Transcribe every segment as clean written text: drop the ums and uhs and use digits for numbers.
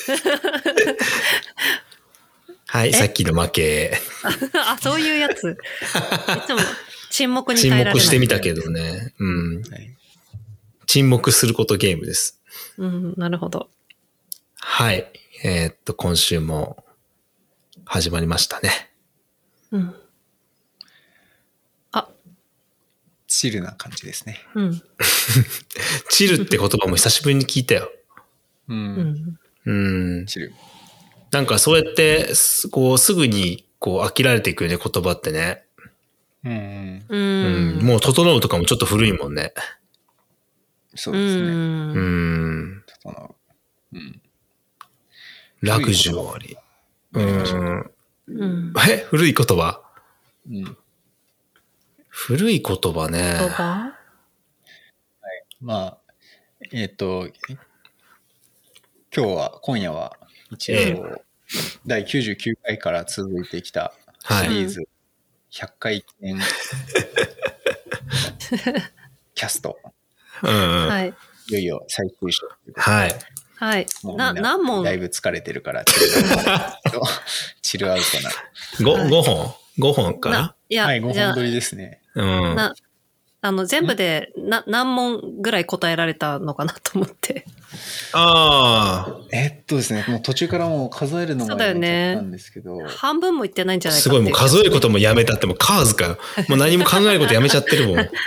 はい、さっきの負け。 あ、そういうやつ。いつも沈黙に耐えられない。 沈黙してみたけどね。うん。 はい、 沈黙することゲームです。 うん、なるほど。 はい。今週も始まりましたね。 うん。あ、 チルな感じですね。 うん。 チルって言葉も久しぶりに聞いたよ。 チル。 なんかそうやってこうすぐにこう飽きられていくよね、言葉ってね。もう整うとかもちょっと古いもんね。 そうですね。 整う。ラグジュアリー。古い言葉。古い言葉ね。 はい。まあ、今夜は一応、第99回から続いてきたシリーズ100回記念キャスト。 はい。 いよいよ最終章。 はい。 はい。 もう何問だいぶ疲れてるから、チルアウトな。 5本かな？ いや、はい、5本撮りですね。 全部で何問ぐらい答えられたのかなと思って。 ですね、もう途中からもう数えるのもやめちゃったんですけど。 半分もいってないんじゃないかすごい、もう数えることもやめたって、もうカーズかよ。もう何も考えることやめちゃってるもん。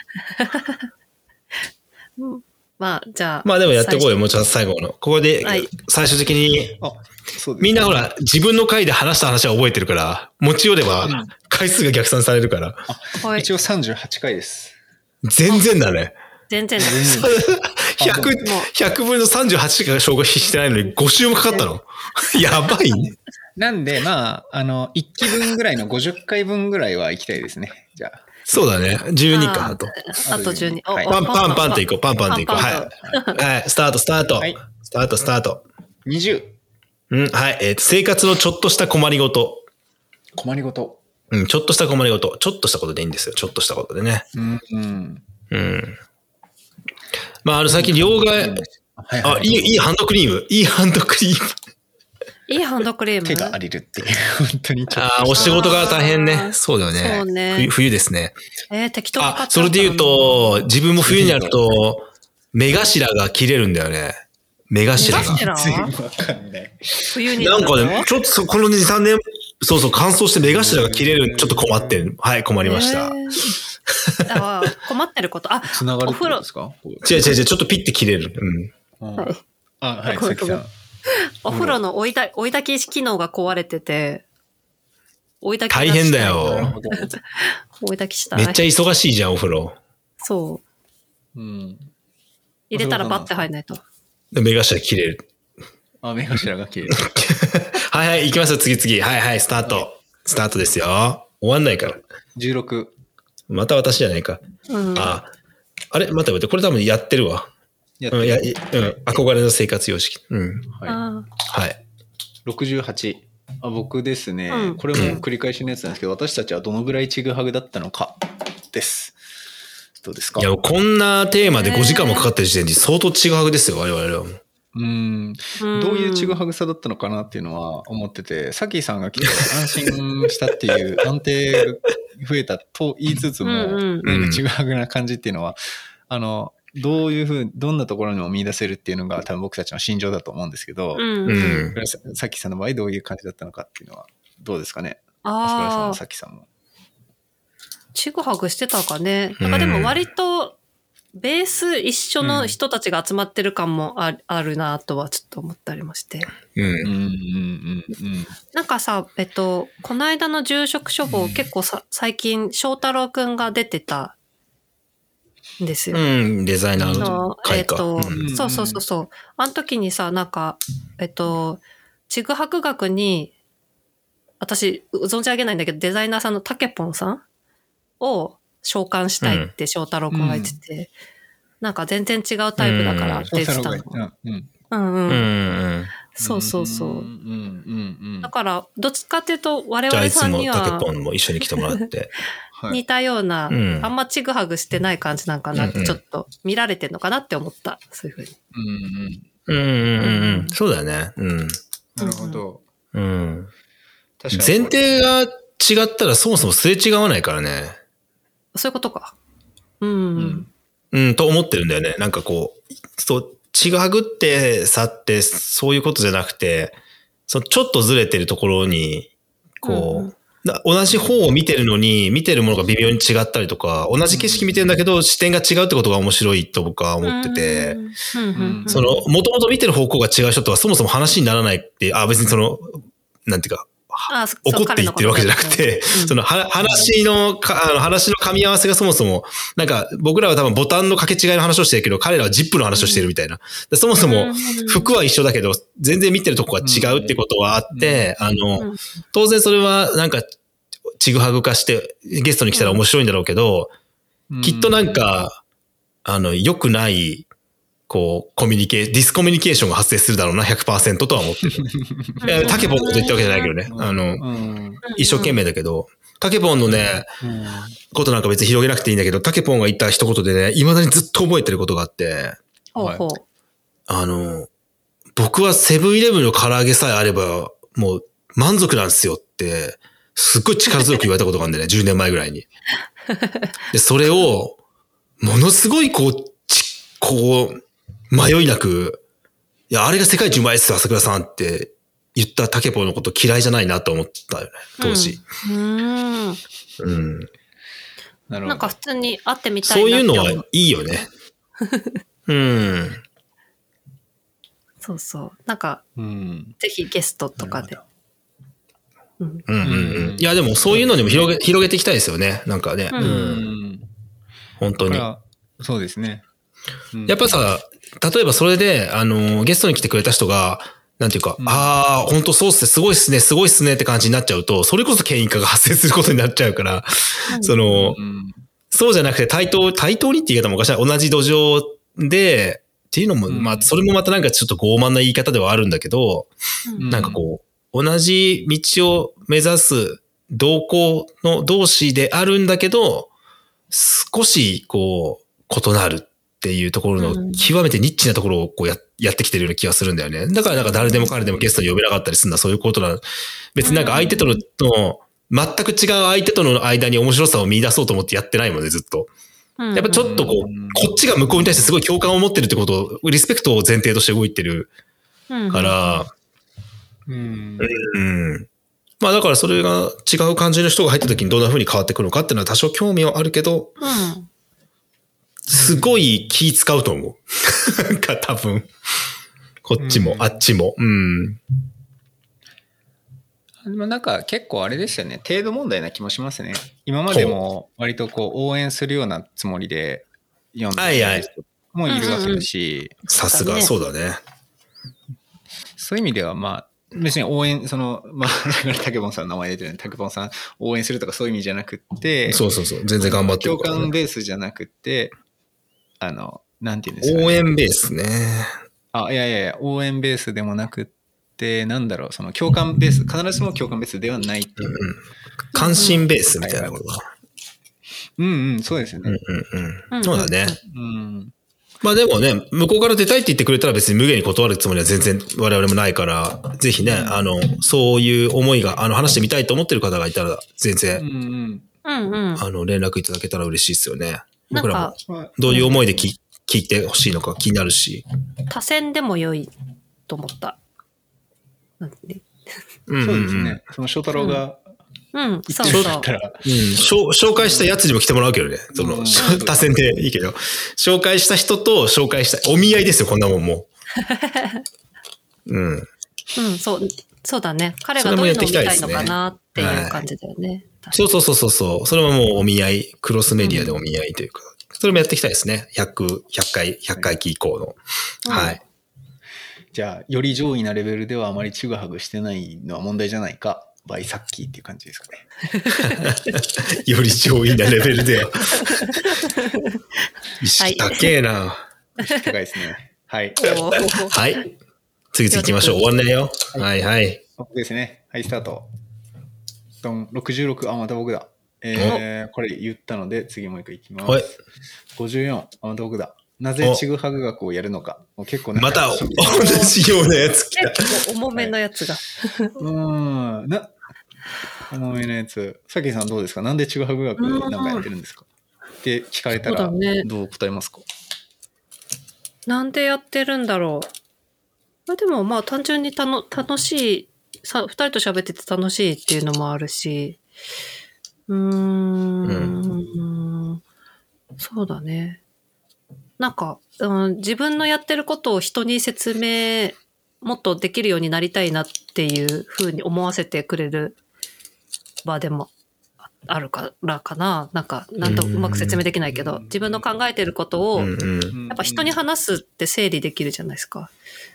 まあ、じゃあ。 まあでもやってこうよ、もうちょっと最後の。ここで、最終的に、みんなほら、自分の回で話した話は覚えてるから、持ち寄れば回数が逆算されるから。 一応38回です。 全然だね。 全然だ。 100分の38しか消費してないのに5週もかかったの？やばいね。 なんで、まあ、1期分ぐらいの50回分ぐらいは行きたいですね。じゃあ。 そうだね。12か、あと。 あと12。 パンパンといこう、パンパンといこう。はい。スタート。スタート。 20。 はい。生活のちょっとした困りごと。ちょっとした困りごと。ちょっとしたことでいいんですよ。ちょっとしたことでね。まあ、最近両替、いいハンドクリーム。いいハンドクリーム。 手が荒れるっていう、本当にちょっと。お仕事が大変ね。そうだよね。 そうね。 冬ですね。 適当かそれで言うと、自分も冬になると、目頭が切れるんだよね。目頭が。 冬になんかね、ちょっとこの2、3年、そうそう、乾燥して目頭が切れる。ちょっと困ってる。はい、困りました。 困ってること。 つながるってことですか？ 違う、ちょっとピッて切れる。 はい、さきさん。 お風呂の追い炊き機能が壊れてて、 大変だよ。 追い炊きしたい。 めっちゃ忙しいじゃん、お風呂。 そう。入れたらバッて入んないと。 目頭切れる。 目頭が切れる。 はい、行きますよ、次。はい、スタート。スタートですよ。終わんないから。 16。 また私じゃないか。あれ待って、これ多分やってるわ。憧れの生活様式。はい。 68。僕ですね、これも繰り返しのやつなんですけど、私たちはどのぐらいちぐはぐだったのかです。どうですか？ いや、こんなテーマで5時間もかかってる時点で相当ちぐはぐですよ、我々は。 どういうちぐはぐさだったのかなっていうのは思ってて、さきさんが来て安心したっていう安定が増えたと言いつつも、ちぐはぐな感じっていうのは、どんなところにも見出せるっていうのが多分僕たちの心情だと思うんですけど、さきさんの場合どういう感じだったのかっていうのはどうですかね？足原さんもさきさんも。 ちぐはぐしてたかね。なんかでも割とベース一緒の人たちが集まってる感もあるなとはちょっと思ったりもして。なんかさ、この間の住職処方結構最近翔太郎くんが出てたんですよ。 デザイナーの会か。 そう。あの時にさ、なんか、ちぐはぐ学に、私、存じ上げないんだけど、デザイナーさんのたけぽんさんを召喚したいって翔太郎くんが言ってて、なんか全然違うタイプだからって言ってたの。そう。だから、どっちかっていうと、我々さんには。 じゃあいつもたけぽんも一緒に来てもらって。 似たような、あんまちぐはぐしてない感じなんかなって、ちょっと見られてんのかなって思った。そういうふうに。 そうだよね。 なるほど。 うん。確かに。前提が違ったらそもそもすれ違わないからね。 そういうことか。うん。 と思ってるんだよね。なんかこう、そう、ちぐはぐってさってそういうことじゃなくて、そのちょっとずれてるところに、こう、同じ方を見てるのに、見てるものが微妙に違ったりとか、同じ景色見てるんだけど、視点が違うってことが面白いと僕は思ってて、その、もともと見てる方向が違う人とはそもそも話にならないって、別にその、なんていうか、怒って言ってるわけじゃなくて、その話の噛み合わせがそもそも、なんか僕らは多分ボタンの掛け違いの話をしてるけど、彼らはジップの話をしてるみたいな。そもそも服は一緒だけど、全然見てるとこが違うってことはあって、当然それはなんか、ちぐはぐ化してゲストに来たら面白いんだろうけど、きっとなんか、良くない、こう、ディスコミュニケーションが発生するだろうな、100% とは思ってる。タケポンのこと言ったわけじゃないけどね。一生懸命だけど、タケポンのね、ことなんか別に広げなくていいんだけど、タケポンが言った一言でね、未だにずっと覚えてることがあって、僕はセブンイレブンの唐揚げさえあれば、もう満足なんですよって、すっごい力強く言われたことがあるんだよね、10年前ぐらいに。で、それを、ものすごいこう、迷いなく、いや、あれが世界一うまいっすよ、朝倉さんって言ったタケポのこと嫌いじゃないなと思ったよね、当時。 なんか普通に会ってみたいなそういうのはいいよね。 そうそう。なんか、ぜひゲストとかで。 いや、でもそういうのにも広げていきたいですよね。なんかね。本当に。 そうですね。 やっぱさ、例えばそれで、ゲストに来てくれた人が、なんていうか、本当そうっすね、すごいっすね、すごいっすねって感じになっちゃうと、それこそ権威化が発生することになっちゃうから、そうじゃなくて対等にって言い方もおかしい。同じ土壌で、っていうのも、まあ、それもまたなんかちょっと傲慢な言い方ではあるんだけど、なんかこう、同じ道を目指す同行の同士であるんだけど、少しこう、異なるっていうところの極めてニッチなところをこうやってきてるような気がするんだよね。だからなんか誰でも彼でもゲストに呼べなかったりするのはそういうことな。別になんか相手との、全く違う相手との間に面白さを見出そうと思ってやってないもんね、ずっと。やっぱちょっとこっちが向こうに対してすごい共感を持ってるってことを、リスペクトを前提として動いてるから、まあだからそれが違う感じの人が入った時にどんな風に変わってくるのかっていうのは多少興味はあるけど、すごい気使うと思う。なんか多分、こっちもあっちも。 でもなんか結構あれでしたよね。程度問題な気もしますね。今までも割とこう応援するようなつもりで読んでる人もいるわけだし。 さすが、そうだね。 そういう意味ではまあ、別に応援、まあ、タケポンさんの名前出てるタケポンさん応援するとかそういう意味じゃなくって。 そう。全然頑張ってるから、ね。共感ベースじゃなくって、なんていうんですかね。応援ベースね。 いや、応援ベースでもなくって、なんだろう、その共感ベース、必ずしも共感ベースではないっていう。 関心ベースみたいなことだ。 そうですよね。 そうだね。まあでもね、向こうから出たいって言ってくれたら別に無限に断るつもりは全然我々もないから、ぜひね、そういう思いが、話してみたいと思ってる方がいたら、全然、連絡いただけたら嬉しいですよね。僕らも、どういう思いで聞いてほしいのか気になるし。 多選でも良いと思った。 そうですね。その翔太郎が、 紹介したやつにも来てもらうけどね。多選でいいけど。紹介した人と紹介した、お見合いですよ、こんなもんもう。 そうだね。彼がどういうのを見たいのかなっていう感じだよね。 そう。それはもうお見合い、クロスメディアでお見合いというか、それもやっていきたいですね。100回期以降の。はい。 じゃあ、より上位なレベルではあまりちぐはぐしてないのは問題じゃないか。バイサッキーっていう感じですかね。 より上位なレベルでは。意識高えな。 意識高いですね。はい。 はい。次行きましょう。終わんないよ。はい。 僕ですね。はい、スタート。66、また僕だ。これ言ったので、次もう一回いきます。54、また僕だ。 なぜちぐはぐ学をやるのか。もう結構また同じようなやつ来た。 結構重めのやつが。 重めのやつ。さきさんどうですか？なんでちぐはぐ学なんかやってるんですか？って聞かれたらどう答えますか？ なんでやってるんだろう。でもまあ単純に楽しい、二人と喋ってて楽しいっていうのもあるし、そうだね。なんか、自分のやってることを人に説明もっとできるようになりたいなっていうふうに思わせてくれる場でもあるからかな。なんとうまく説明できないけど、自分の考えてることを、やっぱ人に話すって整理できるじゃないですか。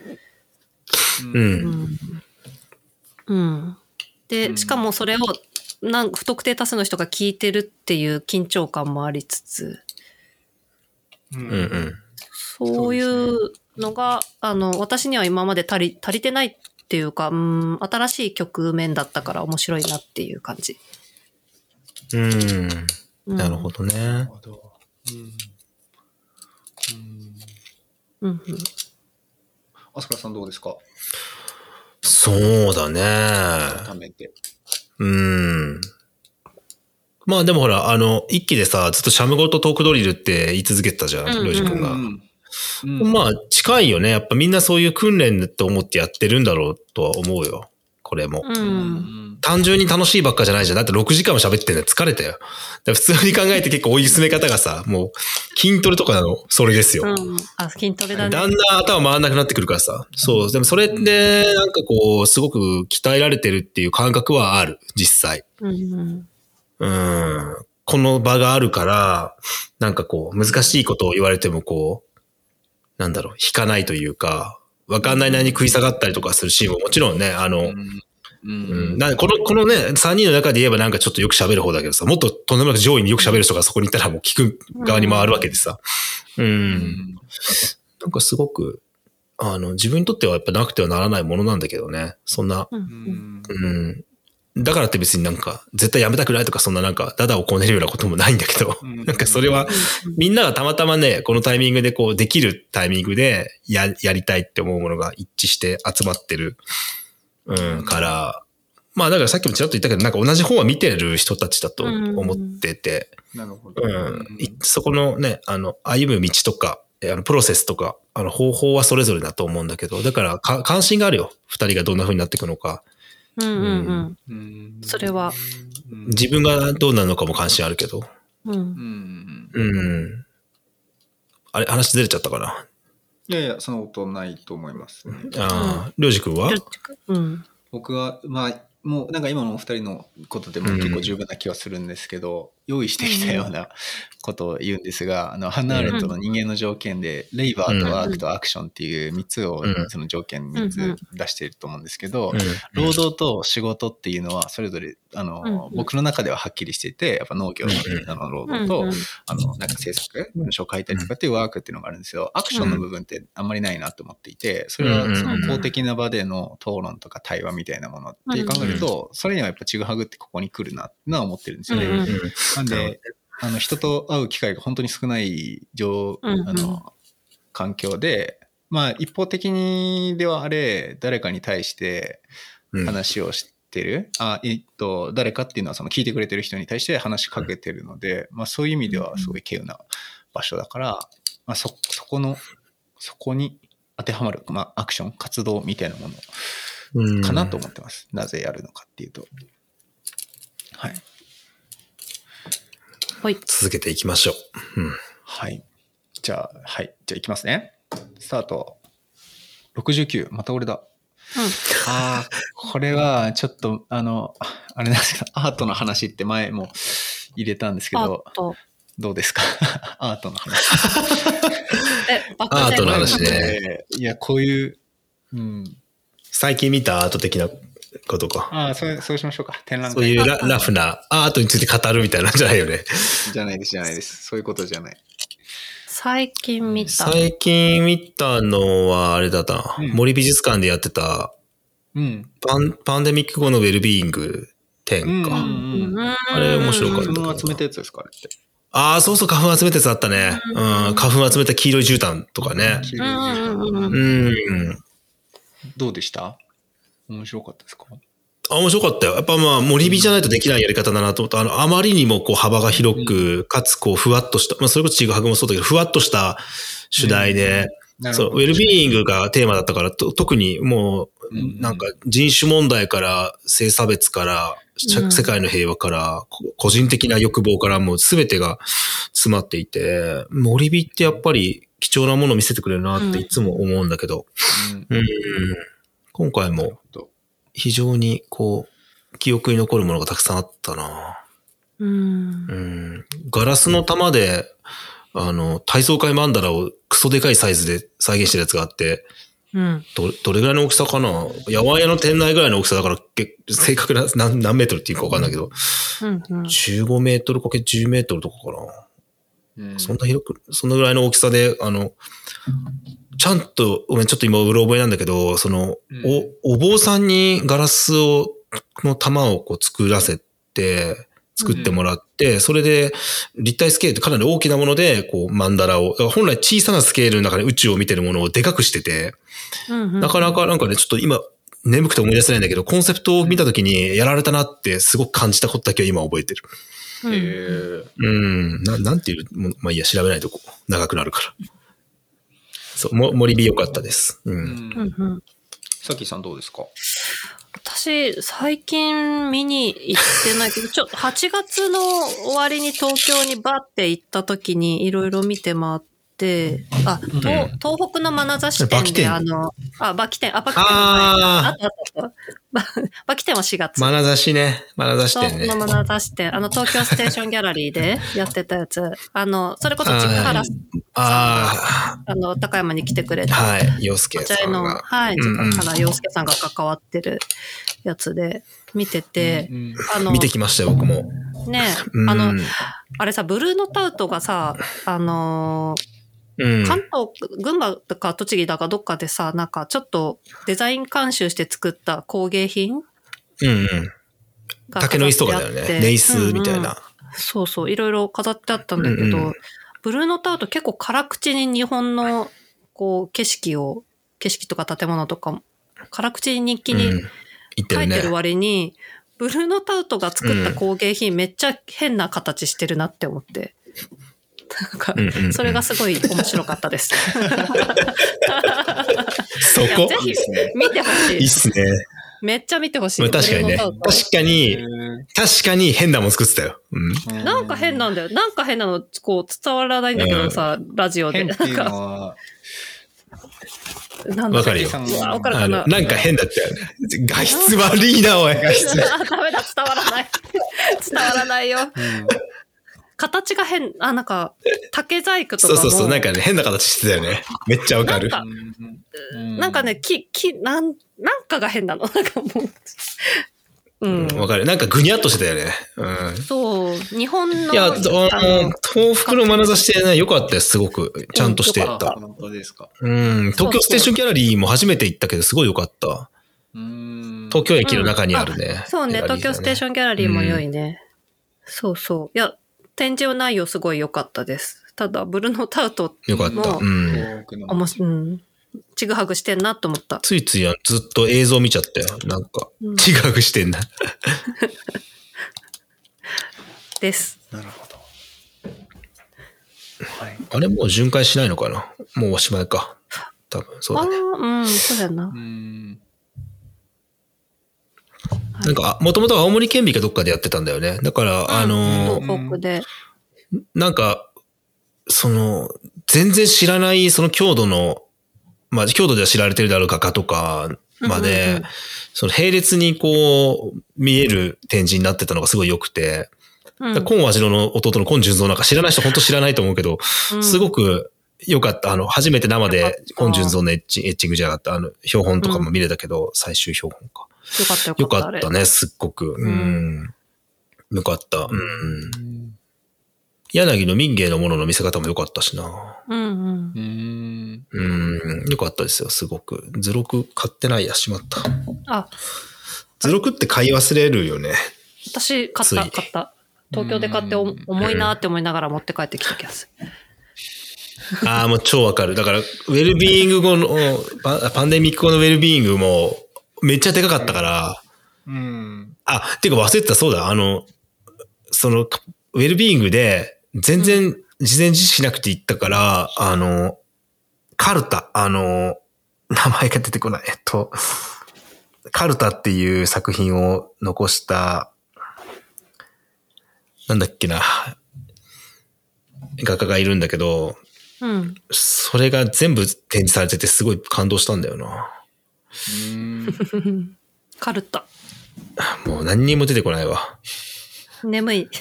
で、しかもそれを不特定多数の人が聞いてるっていう緊張感もありつつ、そういうのが、私には今まで足りてないっていうか、新しい局面だったから面白いなっていう感じ。 なるほどね。 あすかさんどうですか？ そうだね。 改めて。 まあでもほら、一期でさ、ずっとシャムゴとトークドリルって言い続けてたじゃん、りょうじくんが。まあ近いよね。やっぱみんなそういう訓練と思ってやってるんだろうとは思うよ。これも。単純に楽しいばっかじゃないじゃん。だって6時間も喋ってんの疲れたよ。普通に考えて結構追い詰め方がさ、もう筋トレとかなの、それですよ。 筋トレだね。 だんだん頭回らなくなってくるからさ。そう。でもそれってなんかこう、すごく鍛えられてるっていう感覚はある、実際。この場があるから、なんかこう、難しいことを言われてもこう、なんだろう、引かないというか、わかんないなりに食い下がったりとかするシーンももちろんね、なんこのね、3人の中で言えばなんかちょっとよく喋る方だけどさ、もっととんでもなく上位によく喋る人がそこにいたらもう聞く側に回るわけでさ。なんかすごく、自分にとってはやっぱなくてはならないものなんだけどね。そんな、だからって別になんか絶対やめたくないとかそんななんかダダをこねるようなこともないんだけど、なんかそれはみんながたまたまね、このタイミングでこうできるタイミングでやりたいって思うものが一致して集まってる、から、まあだからさっきもちらっと言ったけど、なんか同じ本は見てる人たちだと思ってて、 なるほど。 そこのね、歩む道とか、プロセスとか、方法はそれぞれだと思うんだけど、だから関心があるよ。二人がどんな風になっていくのか。 それは。 自分がどうなるのかも関心あるけど。あれ、話ずれちゃったかな。 いや、そんなことないと思います、ね。 りょうじくんは？ 僕は、まあ、もうなんか今のお二人のことでも結構十分な気はするんですけど、用意してきたようなことを言うんですが、ハンナ・アーレントの人間の条件で、レイバーとワークとアクションっていう3つを、その条件3つ出していると思うんですけど、労働と仕事っていうのはそれぞれ、僕の中でははっきりしていて、やっぱ農業の労働と、なんか制作、文章を書いたりとかっていうワークっていうのがあるんですけど、アクションの部分ってあんまりないなと思っていて、それはその公的な場での討論とか対話みたいなものって考えると、それにはやっぱちぐはぐってここに来るなってのは思ってるんですよね。なんで、人と会う機会が本当に少ない環境で、まあ一方的にではあれ、誰かに対して話をしてる、誰かっていうのはその聞いてくれてる人に対して話しかけてるので、まあそういう意味ではすごい稀有な場所だから、まあそこに当てはまる、まあアクション、活動みたいなものかなと思ってます。なぜやるのかっていうと。はい。 続けていきましょう。 はい。じゃあいきますね。スタート。69。また俺だ。これはちょっと、あれなんですか、アートの話って前も入れたんですけど、どうですかアートの話。 アートの話ね。 いや、こういう、 最近見たアート的なことか。 そうしましょうか。展覧会。 そういうラフなアートについて語るみたいなんじゃないよね。 じゃないです。そういうことじゃない。 最近見たのはあれだな。森美術館でやってた、パンデミック後のウェルビーイング展か。あれ面白かった。 その集めたやつですかあれって。 ああ、そうそう、花粉集めたやつあったね。うん、花粉集めた黄色い絨毯とかね。 どうでした？面白かったですか？ 面白かったよ。やっぱまあ、森火じゃないとできないやり方だなと思った。あまりにもこう幅が広く、かつこう、ふわっとした、まあ、それこそちぐはぐもそうだけど、ふわっとした主題で、そう、ウェルビーイングがテーマだったから、特にもう、なんか人種問題から性差別から、世界の平和から、個人的な欲望からもう全てが詰まっていて、森火ってやっぱり貴重なものを見せてくれるなっていつも思うんだけど、今回も非常にこう、記憶に残るものがたくさんあったな。ガラスの玉で、体操会マンダラをクソでかいサイズで再現してるやつがあって、どれぐらいの大きさかな？ヤワン屋の店内ぐらいの大きさだから、正確な何メートルっていうかわかんないけど、15メートルかけ10メートルとかかな。そんなぐらいの大きさで、ちゃんと、ごめん、ちょっと今うろ覚えなんだけど、お坊さんにガラスの玉をこう作ってもらって、それで立体スケールってかなり大きなもので、こうマンダラを、本来小さなスケールの中で宇宙を見てるものをでかくしてて、なかなかなんかね、ちょっと今眠くて思い出せないんだけど、コンセプトを見たときにやられたなってすごく感じたことだけは今覚えてる。なんていう、まあいいや、調べないとこ長くなるから。そう、森火良かったです。 さきさんどうですか？ 私、最近見に行ってないけど、8月の終わりに東京にバッて行った時にいろいろ見て回って、東北の眼差し店で、バキ店は4月。 眼差しね。眼差し店ね。 眼差し店。東京ステーションギャラリーでやってたやつ。それこそ千原さんが、高山に来てくれた。 はい、洋介さんが。 はい、原洋介さんが関わってるやつで見てて、 見てきましたよ、僕も。 ね、あれさ、ブルーノタウトがさ、関東、群馬とか栃木だかどっかでさ、なんかちょっとデザイン監修して作った工芸品竹の椅子とかだよね。ネイスみたいな。 そうそう、いろいろ飾ってあったんだけど、ブルーノタウト結構辛口に日本のこう景色とか建物とか辛口に日記に書いてる割に、ブルーノタウトが作った工芸品めっちゃ変な形してるなって思って。なんかそれがすごい面白かったです。 そこぜひ見てほしい。 いいっすね。 めっちゃ見てほしい。 確かにね。確かに変なもん作ってたよ。 なんか変なんだよ。なんか変なのこう伝わらないんだけどさ、ラジオで。なんか。 わかるよ。 わかるかな。 なんか変だったよね。画質悪いな、おい。画質。 ダメだ、伝わらない。伝わらないよ。形が変、なんか、竹細工とかも。 そう、なんかね、変な形してたよね。めっちゃわかる。 なんかね、なんかが変なの。なんかもう。 わかる。なんかぐにゃっとしてたよね。 そう、日本の。 いや、東北の眼差しってね、良かったよ、すごく。ちゃんとしてた。 本当ですか。 東京ステーションギャラリーも初めて行ったけど、すごい良かった。東京駅の中にあるね。 そうね、東京ステーションギャラリーも良いね。そうそう。いや、展示内容すごい良かったです。ただ、ブルーノタウトよかった。 ちぐはぐしてんなと思った。 ついついずっと映像見ちゃったよ。なんか、ちぐはぐしてんな。 です。 なるほど。 はい、あれもう巡回しないのかな？もうおしまいか。多分、そうだね。 そうだよな。 なんか、もともと青森県美かどっかでやってたんだよね。だから、 東北で。 なんか、全然知らない、その郷土の、まあ、郷土では知られてるである画家とかまで、並列にこう、見える展示になってたのがすごい良くて、今和次郎の弟の今順三なんか知らない人本当知らないと思うけど、すごく良かった。初めて生で今順三のエッチングじゃなかった、標本とかも見れたけど、最終標本か。よかったね、すっごく。よかった。柳の民芸のものの見せ方も良かったしな。良かったですよ、すごく。図録買ってないや、しまった。図録って買い忘れるよね。 私、買った。 東京で買って重いなって思いながら持って帰ってきた気がする。 ああ、もう超わかる。だから、ウェルビーイング後の、パンデミック後のウェルビーイングもめっちゃでかかったから、あ、ていうか忘れてた、そうだ、ウェルビーイングで全然事前知識なくて行ったから、カルタ、名前が出てこない。カルタっていう作品を残した、なんだっけな、画家がいるんだけど、それが全部展示されててすごい感動したんだよな。 カルタ。 もう何にも出てこないわ。 眠い。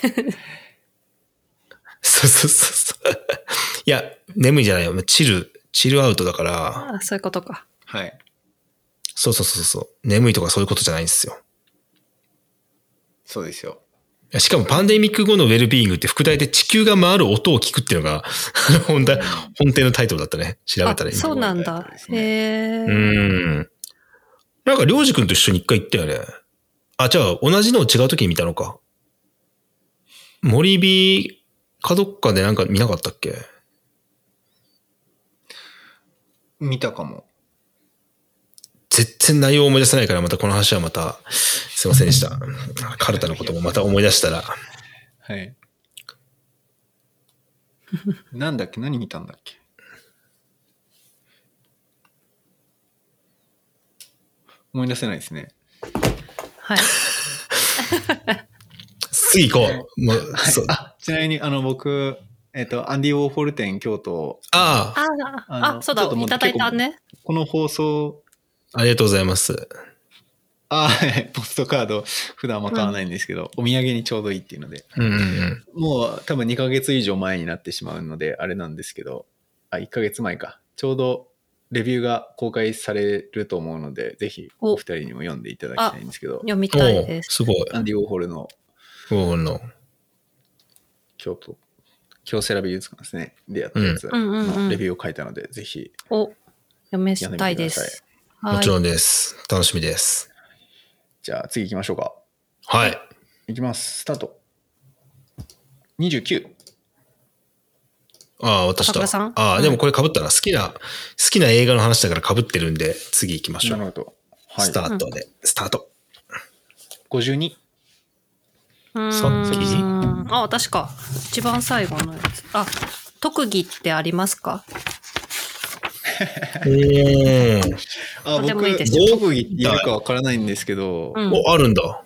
そう。いや、眠いじゃないよ。チルアウトだから。 あ、そういうことか。 はい。 そう。眠いとかそういうことじゃないんですよ。 そうですよ。 しかもパンデミック後のウェルビーイングって副題で地球が回る音を聞くっていうのが本店のタイトルだったね。調べたらいい。 そうなんだ。へえ。 なんか、りょうじくんと一緒に一回行ったよね。あ、じゃあ、同じのを違う時に見たのか。森美かどっかでなんか見なかったっけ？ 見たかも。 全然内容を思い出せないから、またこの話はまた、すいませんでした。カルタのこともまた思い出したら。 はい。なんだっけ？何見たんだっけ？思い出せないですね。 はい。 次行こう。もう、 はい、ちなみに、僕、アンディ・ウォーホル展京都。 そうだ、いただいたね。 この放送。 ありがとうございます。 ポストカード、普段は買わないんですけど、お土産にちょうどいいっていうので。もう多分2ヶ月以上前になってしまうので、あれなんですけど、1ヶ月前か。ちょうど、レビューが公開されると思うので、ぜひお二人にも読んでいただきたいんですけど。 読みたいです。 すごい。 アンディ・ウォーホルの京セラ美術館ですね。でやったやつのレビューを書いたので、ぜひ読めたいです。 もちろんです。楽しみです。 じゃあ次行きましょうか。 はい。 行きます。スタート。29。 私だ。でもこれ被ったな。好きな映画の話だから被ってるんで、次行きましょう。 なるほど。はい。 スタートで、スタート。 52。 さっき確か。一番最後のやつ。特技ってありますか？ 僕、特技って言えるかわからないんですけど。 あるんだ。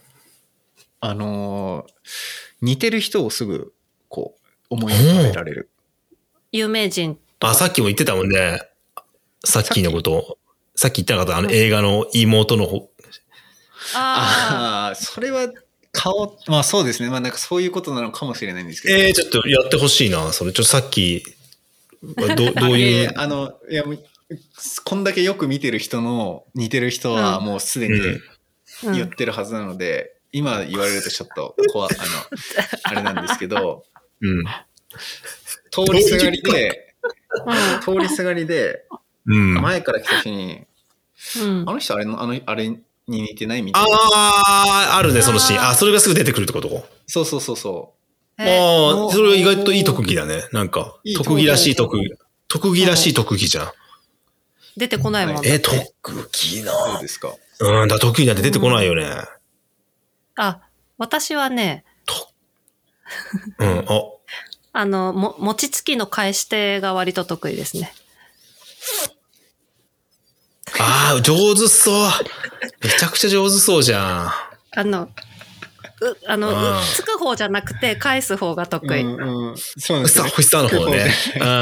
似てる人をすぐ、思い浮かべられる。 有名人とか。 さっきも言ってたもんね。さっきのこと。さっき言ったかった、映画の妹の方。 それは、そうですね。なんかそういうことなのかもしれないんですけど。 ちょっとやってほしいな。それ、さっき、どういう。 こんだけよく見てる人の似てる人はもうすでに言ってるはずなので、今言われるとちょっとあれなんですけど、通りすがりで、前から来た人に、あの人あれに似てないみたいな。 あるね、そのシーン。それがすぐ出てくるってこと？ そう。 それは意外といい特技だね。なんか、特技らしい特技じゃん。 出てこないもんね。 特技な。 どうですか？ 特技なんて出てこないよね。 私はね、餅つきの返し手が割と得意ですね。 上手そう。めちゃくちゃ上手そうじゃん。 つく方じゃなくて返す方が得意。 そうですね。 欲しさの方ね。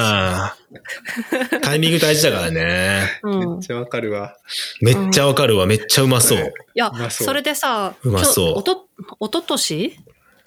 タイミング大事だからね。 めっちゃわかるわ。 めっちゃわかるわ。めっちゃうまそう。 いや、それでさ、 うまそう。 おととし、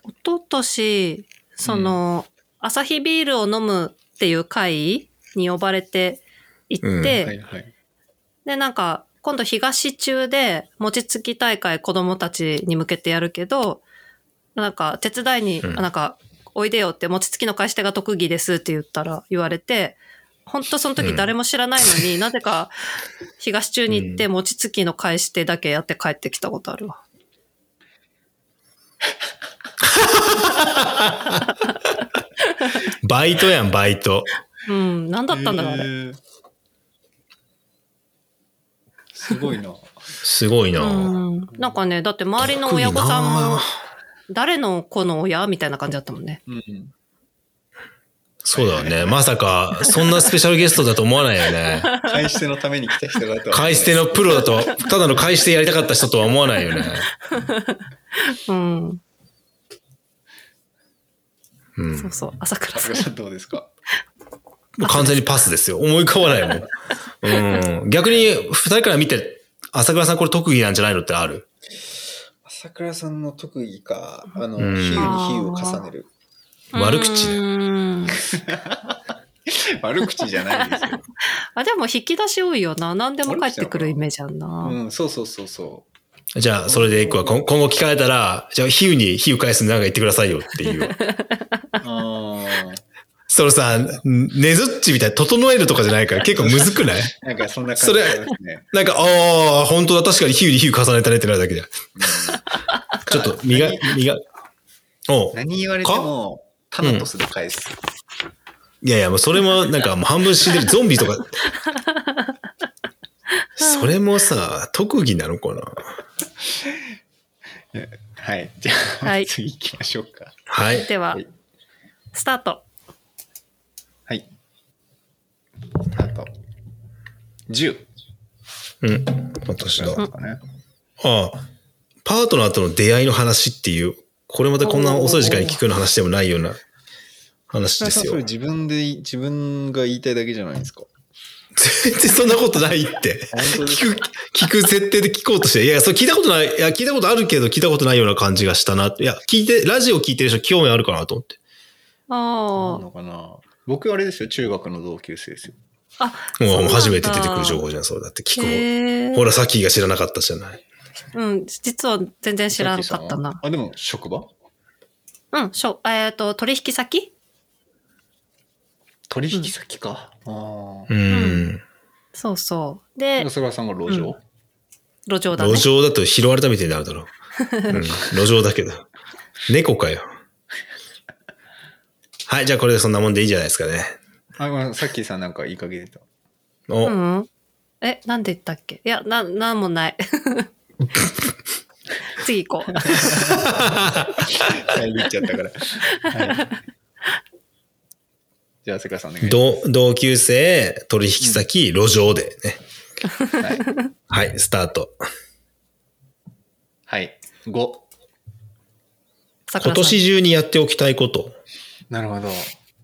アサヒビールを飲むっていう会に呼ばれて行って、で、なんか、今度東中で餅つき大会子供たちに向けてやるけど、なんか手伝いに、なんか、おいでよって餅つきの返し手が特技ですって言われて、本当その時誰も知らないのに、なぜか東中に行って餅つきの返し手だけやって帰ってきたことあるわ。 バイトやん、バイト。 うん、何だったんだろう、あれ。 すごいな。 すごいな。 なんかね、だって周りの親御さんも、誰の子の親みたいな感じだったもんね。 うん。 そうだよね。まさか、そんなスペシャルゲストだと思わないよね。 買い捨てのために来た人だと。 買い捨てのプロだと、ただの買い捨てやりたかった人とは思わないよね。 うん。 うん、 そうそう、朝倉さん。 どうですか？ もう完全にパスですよ。思い浮かばないもん。うん。逆に、二人から見て、朝倉さんこれ特技なんじゃないのってある？ 朝倉さんの特技か、比喩に比喩を重ねる。 悪口だよ。 悪口じゃないですよ。 あ、でも引き出し多いよな。何でも返ってくるイメージあんな。 うん、そうそうそうそう。 じゃあ、それでいくわ。今後聞かれたら、じゃあ、比喩に比喩返すんでなんか言ってくださいよっていう。そのさ、ねずっちみたいに整えるとかじゃないから結構むずくない？ なんかそんな感じですね。 なんか、ああ、本当だ、確かに比喩に比喩重ねたねってなるだけじゃん。ちょっと、 何言われても、タナトスで返す。 いやいや、もうそれもなんかもう半分死んでるゾンビとか。それもさ、特技なのかな？ はい。じゃあ、はい、次行きましょうか。 はい。 では、はい、スタート。 はい。スタート。10。 うん。私だ。ああ、パートナーとの出会いの話っていう、これまたこんな遅い時間に聞くような話でもないような話ですよ。 それ自分が言いたいだけじゃないですか。 全然そんなことないって。聞く設定で聞こうとして。いや、それ聞いたことない。いや、聞いたことあるけど聞いたことないような感じがしたな。いや、ラジオ聞いてる人興味あるかなと思って。 ああ。 のかな。僕あれですよ、中学の同級生ですよ。 あ、 もう初めて出てくる情報じゃん、そうだって聞く。ほら、さっきが知らなかったじゃない。 うん、実は全然知らなかったな。 あ、でも職場？ うん、取引先？ 取引先か。 そうそう。で、 菅原さんが路上？ 路上だね。 路上だと拾われたみたいになるだろう。路上だけど。猫かよ。はい、じゃあこれでそんなもんでいいじゃないですかね。 さっきさんなんかいい加減言った。 なんで言ったっけ？いや、なんもない。次行こう。 言っちゃったから。はい、じゃあ、瀬川さんお願いします。 同級生、取引先、路上でね。はい、スタート。 はい、5。 今年中にやっておきたいこと。 なるほど。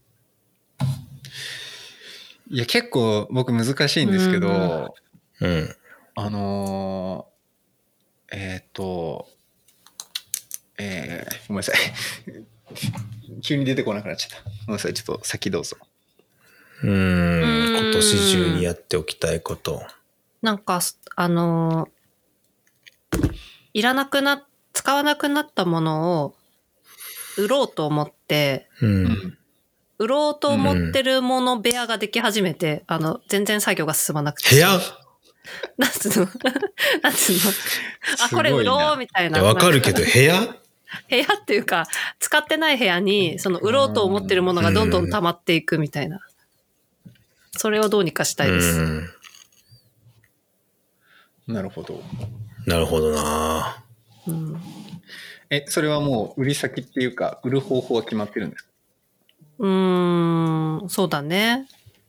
いや、結構僕難しいんですけど、ごめんなさい。急に出てこなくなっちゃった。ごめんなさい、ちょっと先どうぞ。 今年中にやっておきたいこと。 なんか、使わなくなったものを売ろうと思って、売ろうと思ってるもの部屋ができ始めて、全然作業が進まなくて。 部屋？ なんつうのあ、これ売ろうみたいな。 わかるけど、部屋っていうか、使ってない部屋に、売ろうと思ってるものがどんどん溜まっていくみたいな。それをどうにかしたいです。 なるほど。 なるほどな。 それはもう売り先っていうか、売る方法は決まってるんですか？ そうだね。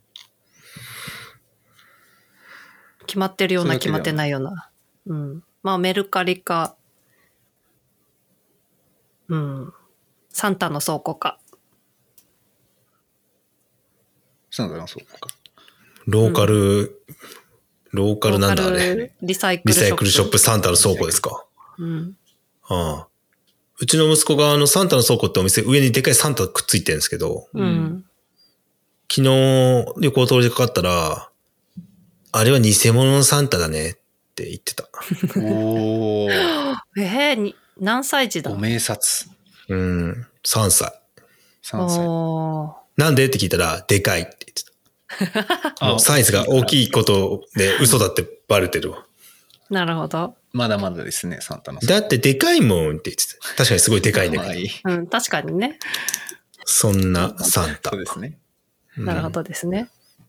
決まってるような決まってないような。まあメルカリか、サンタの倉庫か。 サンタの倉庫か。 ローカルなんだあれ。 リサイクルショップサンタの倉庫ですか。うちの息子がサンタの倉庫ってお店上にでかいサンタくっついてるんですけど、昨日旅行通りでかかったら、あれは偽物のサンタだねって言ってた。 おー。 何歳児だ？ ご明察。 3歳。 3歳。 なんでって聞いたら、でかいって言ってた。もうサイズが大きいことで嘘だってバレてるわ。 なるほど。 まだまだですね、サンタの。 だってでかいもんって言ってた。確かにすごいでかいね。 はい。 うん、確かにね。 そんなサンタ。 そうですね。 なるほどですね。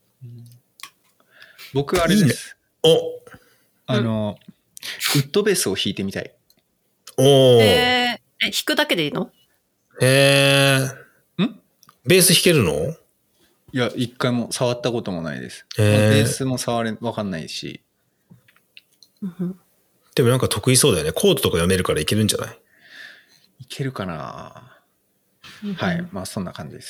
僕あれです。 おウッドベースを弾いてみたい。 おー。 弾くだけでいいの？ ベース弾けるの？ いや、一回も触ったこともないです。 ベベースもわかんないし。 でもなんか得意そうだよね。コードとか読めるからいけるんじゃない？ いけるかな。はい。まあそんな感じです。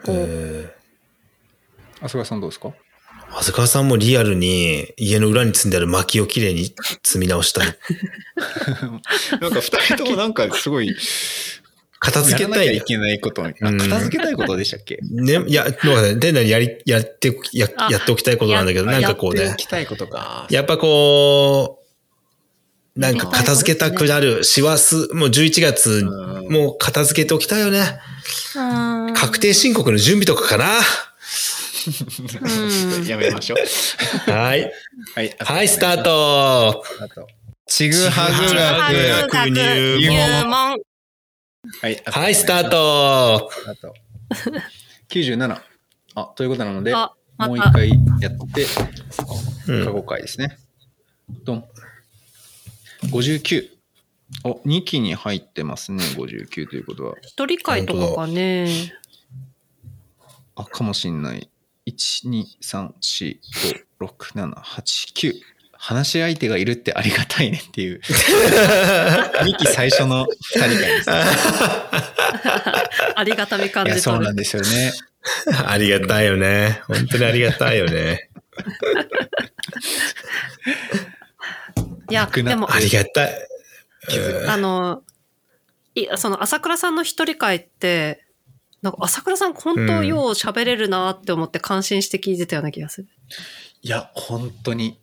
浅川さんどうですか？ 浅川さんもリアルに家の裏に積んである薪をきれいに積み直したい。 なんか二人ともなんかすごい片付けたい。 やらなきゃいけないこと、片付けたいことでしたっけ？ ね、いや、店内にやっておきたいことなんだけど、なんかこうねやってお。きたいことか。 やっぱこう、なんか片付けたくなる、師走、もう11月、もう片付けておきたいよね。確定申告の準備とかかな。 やめましょう。 はい。はい、スタート。ちぐはぐ学入門。はい、スタート。 97。ということなので、もう一回やって、過去回ですね。ドン。59。2期に入ってますね、59ということは。 一人会とかかね。 かもしんない。1、2、3、4、5、6、7、8、9。話し相手がいるってありがたいねっていう。2期最初の2人会です。 ありがたみ感じいや、そうなんですよね。 ありがたいよね。本当にありがたいよね。 いや、でも、 ありがたい。 その朝倉さんの一人会って、なんか朝倉さん本当よう喋れるなって思って感心して聞いてたような気がする。 いや、本当に。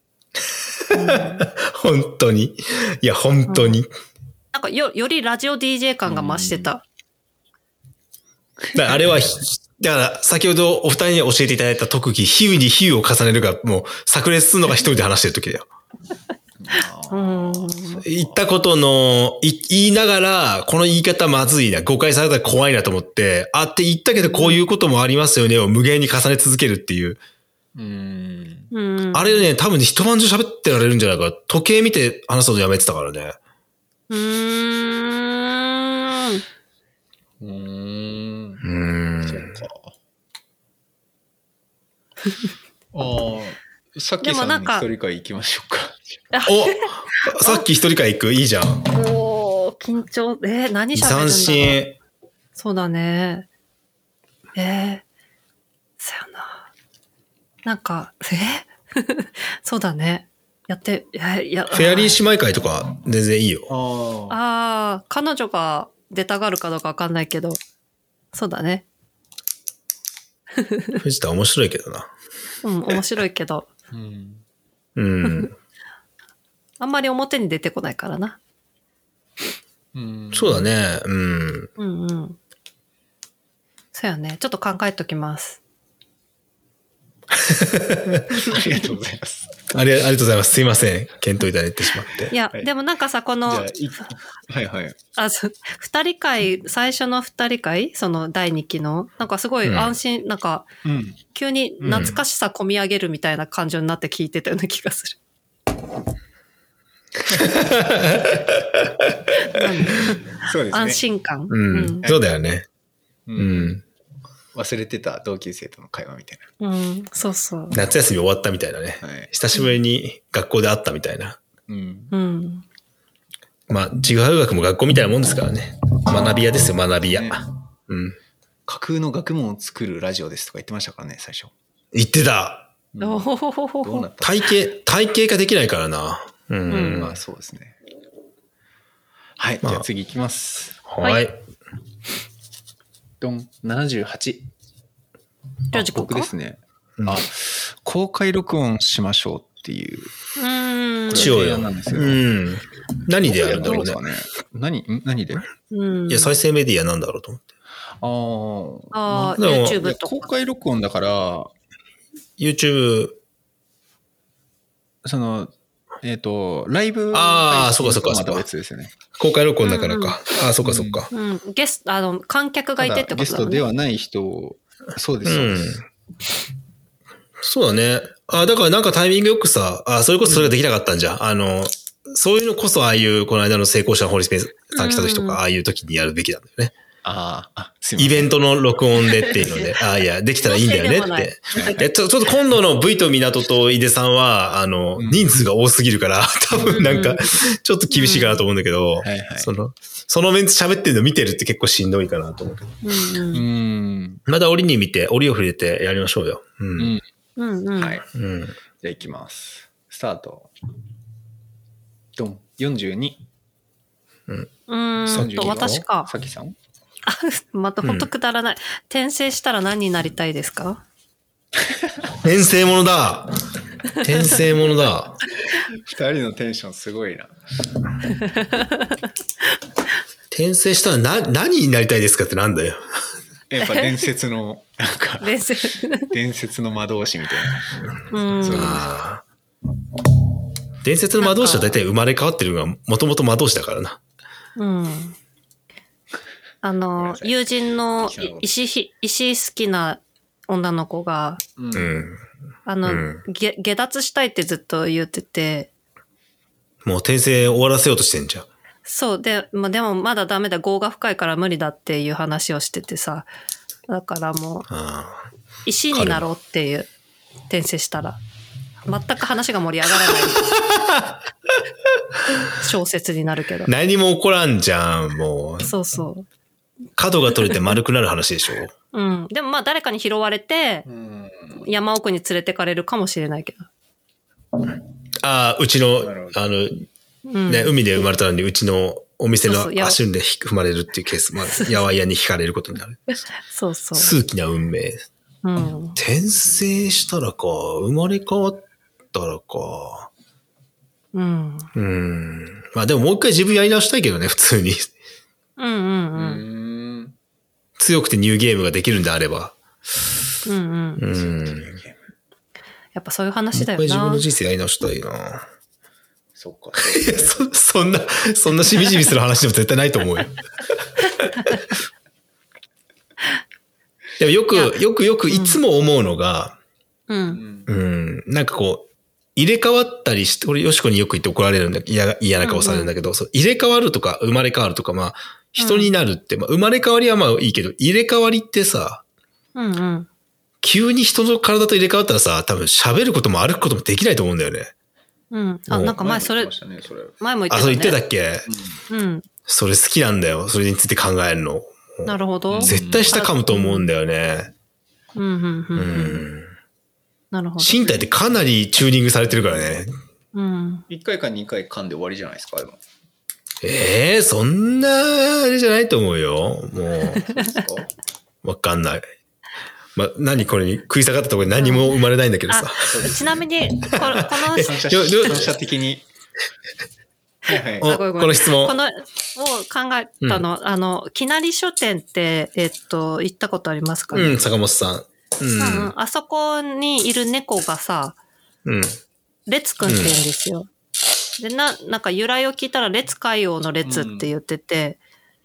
本当に。いや、本当に。 なんかよりラジオ DJ 感が増してた。 あれは、だから先ほどお二人に教えていただいた特技、比喩に比喩を重ねるがもう炸裂するのが一人で話してる時だよ。言ったことの、言いながら、この言い方まずいな、誤解されたら怖いなと思って、って言ったけどこういうこともありますよねを無限に重ね続けるっていう。あれね、多分ね、一晩中喋ってられるんじゃないか。時計見て話すのやめてたからね。 そうか。さっきさんに一人会行きましょうか。 さっき一人会行く？いいじゃん。 緊張。何喋るんだろう。 斬新。 そうだね。そやな。なんか、そうだね。やって、 フェアリー姉妹会とか全然いいよ。 彼女が出たがるかどうかわかんないけど、そうだね。 藤田面白いけどな。 面白いけど。あんまり表に出てこないからな。 そうだね。 そうやね。ちょっと考えときます。 ありがとうございます。 ありがとうございます。すいません。検討いただいてしまって。 いや、でもなんかさ、この、二人会、最初の二人会その第2期の、なんかすごい安心、なんか、急に懐かしさ込み上げるみたいな感情になって聞いてたような気がする。 そうですね。 安心感。 そうだよね。 忘れてた同級生との会話みたいな。そうそう。 夏休み終わったみたいなね。久しぶりに学校で会ったみたいな。まあ、ちぐはぐ学も学校みたいなもんですからね。学び屋ですよ、学び屋。 架空の学問を作るラジオですとか言ってましたからね、最初。 言ってた。 どうなった？ 体系化できないからな。 まあそうですね。はい、じゃあ次行きます。 はい。 ドン、78。僕ですね。公開録音しましょうっていう。 しようよ。何でやるんだろうね。 何で？ いや、再生メディアなんだろうと思って。 YouTube とか。公開録音だから、 YouTube、 ライブあーそうかそうかまた別ですよね。 公開録音だからか。ああ、そっかそっか。 観客がいてってことだね。 ゲストではない人、そうです、そうです。 そうだね。だからなんかタイミングよくさ、それこそそれができなかったんじゃん。そういうのこそああいう、この間の成功者のホリスペースさん来た時とか、ああいう時にやるべきなんだよね。 すいません。 イベントの録音でっていうので、いや、できたらいいんだよねって。ちょっと今度の V と港と井出さんは、人数が多すぎるから、多分なんか、ちょっと厳しいかなと思うんだけど、そのメンツ喋ってるの見てるって結構しんどいかなと思うけど。まだ折に見て、折を触れてやりましょうよ。 はい。じゃあ行きます。スタート。ドン。42。 私か。 さきさんまたほんとくだらない。転生したら何になりたいですか？ 転生ものだ。転生ものだ。 二人のテンションすごいな。 転生したら何になりたいですかってなんだよ。 やっぱ伝説の、なんか、伝説の魔導士みたいな。 伝説の魔導士は大体生まれ変わってるのがもともと魔導士だからな。 友人の石好きな女の子が、下脱したいってずっと言ってて。 もう転生終わらせようとしてんじゃん。 そう。でもまだダメだ。業が深いから無理だっていう話をしててさ。だからもう、石になろうっていう、転生したら。全く話が盛り上がらない。小説になるけど。 何も起こらんじゃん、もう。 そうそう。 角が取れて丸くなる話でしょ。 でもまあ誰かに拾われて、山奥に連れてかれるかもしれないけど。 うちの、海で生まれたのに、うちのお店の足で踏まれるっていうケースもある。やわいやに惹かれることになる。 そうそう。 数奇な運命。転生したらか、生まれ変わったらか。まあでももう一回自分やり直したいけどね、普通に。強くてニューゲームができるんであれば。 やっぱそういう話だよな。 自分の人生やり直したいな。 そっか。 そんなしみじみする話でも絶対ないと思うよ。でもよくいつも思うのが、なんかこう、入れ替わったりして、俺、よしこによく言って怒られるんだけど、嫌な顔されるんだけど、入れ替わるとか、生まれ変わるとか、まあ、人になるって、生まれ変わりはまあいいけど、入れ替わりってさ、急に人の体と入れ替わったらさ、多分喋ることも歩くこともできないと思うんだよね。 なんか前も言ってたね。 それ言ってたっけ？それ好きなんだよ。それについて考えるの。 なるほど。 絶対舌噛むと思うんだよね。 なるほど。 身体ってかなりチューニングされてるからね。 1回か2回噛んで終わりじゃないですか、でも。 そんな、あれじゃないと思うよ。もう。わかんない。何これに食い下がったところに何も生まれないんだけどさ。 ちなみに、この反射的に。 この質問。 を考えたの、きなり書店って、行ったことありますかね？ 坂本さん。 あそこにいる猫がさ、列くんって言うんですよ。で、なんか由来を聞いたら、列海王の列って言ってて、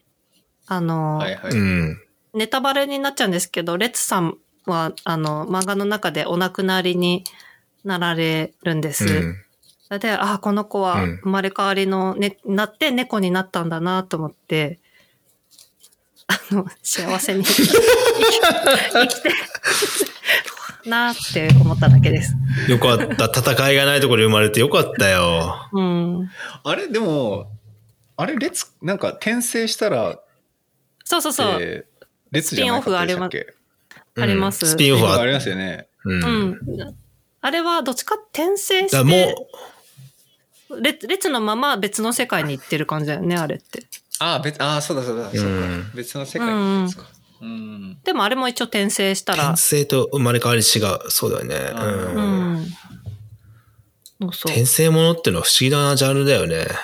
ネタバレになっちゃうんですけど、列さんは、漫画の中でお亡くなりになられるんです。で、この子は生まれ変わりの、なって猫になったんだなと思って、幸せに生きてなって思っただけです。 よかった。戦いがないところで生まれてよかったよ。 あれでも、なんか転生したら、 そう。 列じゃなかったでしたっけ？ あります。 スピンオフありますよね。 あれはどっちか転生して、列のまま別の世界に行ってる感じだよね、あれって。 そうだ。別の世界なんですか。 でもあれも一応転生したら。 転生と生まれ変わり違う。そうだよね。転生ものってのは不思議なジャンルだよね。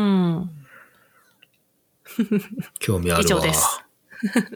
興味あるわ。 以上です。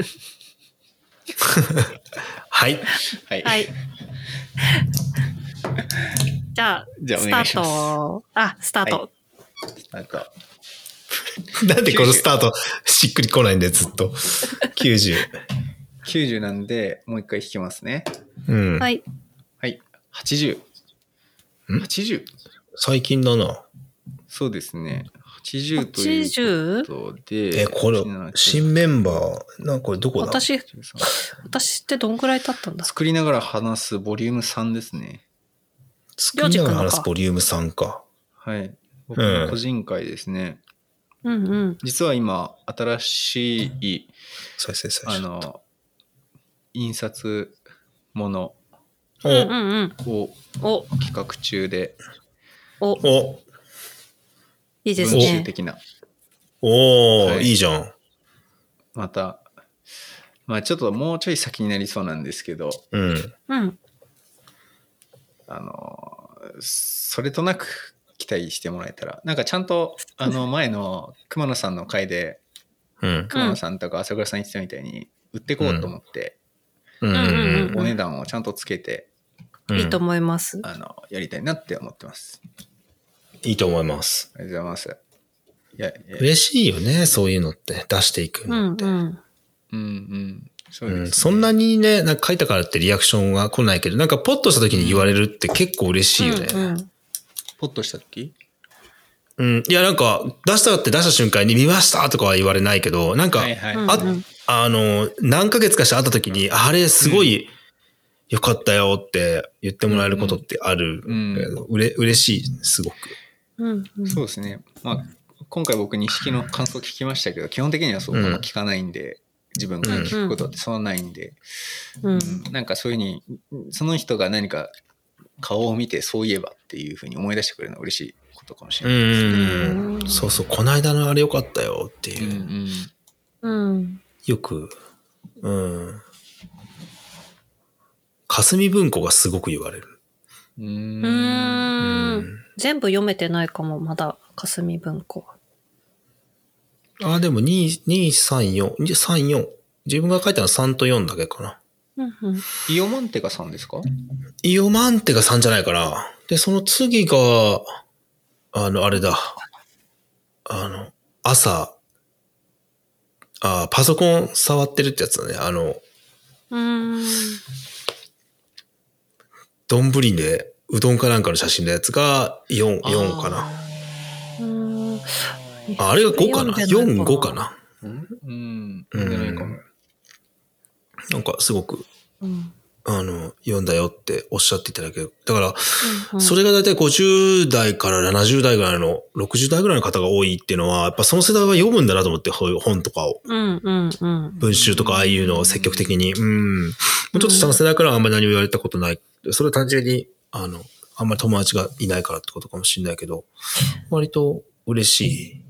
はい。 じゃあ、 じゃあおスター願いします。 ト。あ、スタート。 なんか、 なんでこのスタートしっくりこないんだよ、ずっと。90。 90なんで、もう一回弾きますね。 うん。 はい。 はい。80。 ん 80? 最近だな。 そうですね。80ということで。 これ、新メンバー、なんかこれどこだ？ 私ってどんぐらい経ったんだ？ 作りながら話すボリューム3ですね。 作りながら話すボリューム3か。 はい。僕の個人会ですね。 うんうん。 実は今、新しい、印刷ものを企画中で。 いいですね。 文集的な。 はい、いいじゃん。 また、まあちょっともうちょい先になりそうなんですけど、それとなく期待してもらえたら、なんかちゃんと前の熊野さんの回で、熊野さんとか朝倉さん言ってたみたいに売ってこうと思って、お値段をちゃんとつけて、 いいと思います。 やりたいなって思ってます。 いいと思います。 ありがとうございます。 嬉しいよね、そういうのって出していくのって。 そうですね。 そんなにね、なんか書いたからってリアクションが来ないけど、なんかポッとした時に言われるって結構嬉しいよね。 ポッとした時？ いや、なんか出した瞬間に見ましたとかは言われないけど、なんか、何ヶ月かして会った時に、あれすごいよかったよって言ってもらえることってある。嬉しい、すごく。 そうですね。まあ、今回僕、錦の感想聞きましたけど、基本的にはそう聞かないんで、自分から聞くことってそんなないんで、なんかそういうふうに、その人が何か顔を見てそういえばっていうふうに思い出してくれるのは嬉しいことかもしれないですね。 そうそう、この間のあれよかったよっていう。よく、霞文庫がすごく言われる。 全部読めてないかも、まだ、霞文庫。 でも2、3、4、3、4。自分が書いたのは3と4だけかな。 イオマンテが3ですか？ イオマンテが3じゃないかな。で、その次が、あれだ。朝、パソコン触ってるってやつだね。丼でうどんかなんかの写真のやつが4かな。あれが5かな ?4、5かな。なんかすごく、読んだよっておっしゃっていただける。だから、それがだいたい50代から70代ぐらいの、60代ぐらいの方が多いっていうのは、やっぱその世代は読むんだなと思って、本とかを。文集とかああいうのを積極的に。もうちょっと下の世代からはあんまり何も言われたことない。それは単純に、あんまり友達がいないからってことかもしれないけど、割と嬉しい。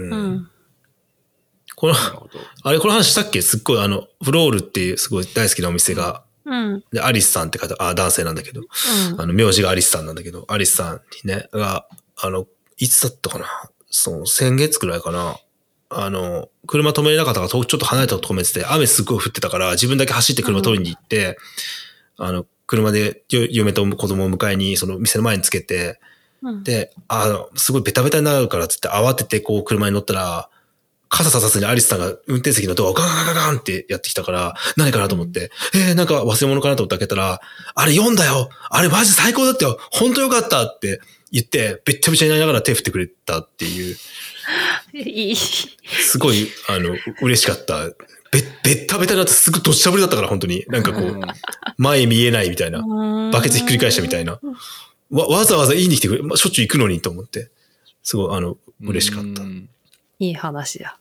この話したっけ？すっごいフロールっていうすごい大好きなお店が、で、アリスさんって方、男性なんだけど、名字がアリスさんなんだけど、アリスさんにね、いつだったかな？先月くらいかな。車止めれなかったから、ちょっと離れたとこ止めてて、雨すっごい降ってたから、自分だけ走って車取りに行って、車で嫁と子供を迎えに、その店の前につけて、で、すごいベタベタになるからっつって慌ててこう車に乗ったら、傘ささずにアリスさんが運転席のドアをガンガンガンガンってやってきたから、何かなと思って、なんか忘れ物かなと思って開けたら、あれ読んだよ！あれマジ最高だったよ！本当よかったって言って、べっちゃべちゃになりながら手振ってくれたっていう。すごい、嬉しかった。べったべたになってすぐどっしゃぶりだったから本当に。なんかこう、前見えないみたいな。バケツひっくり返したみたいな。わざわざ言いに来てくれ、しょっちゅう行くのにと思って。すごい、嬉しかった。 いい話や。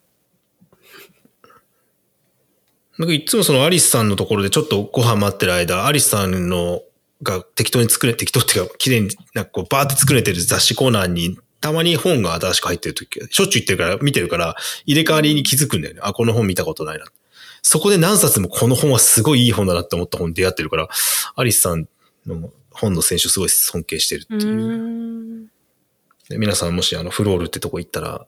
なんかいつもそのアリスさんのところでちょっとご飯待ってる間、アリスさんのが適当っていうか、綺麗になんかこうバーって作れてる雑誌コーナーに、たまに本が新しく入ってる時、しょっちゅう行ってるから、見てるから、入れ替わりに気づくんだよね。この本見たことないな。そこで何冊もこの本はすごいいい本だなって思った本に出会ってるから、アリスさんの本の選手すごい尊敬してるっていう。で皆さんもしフロールってとこ行ったら、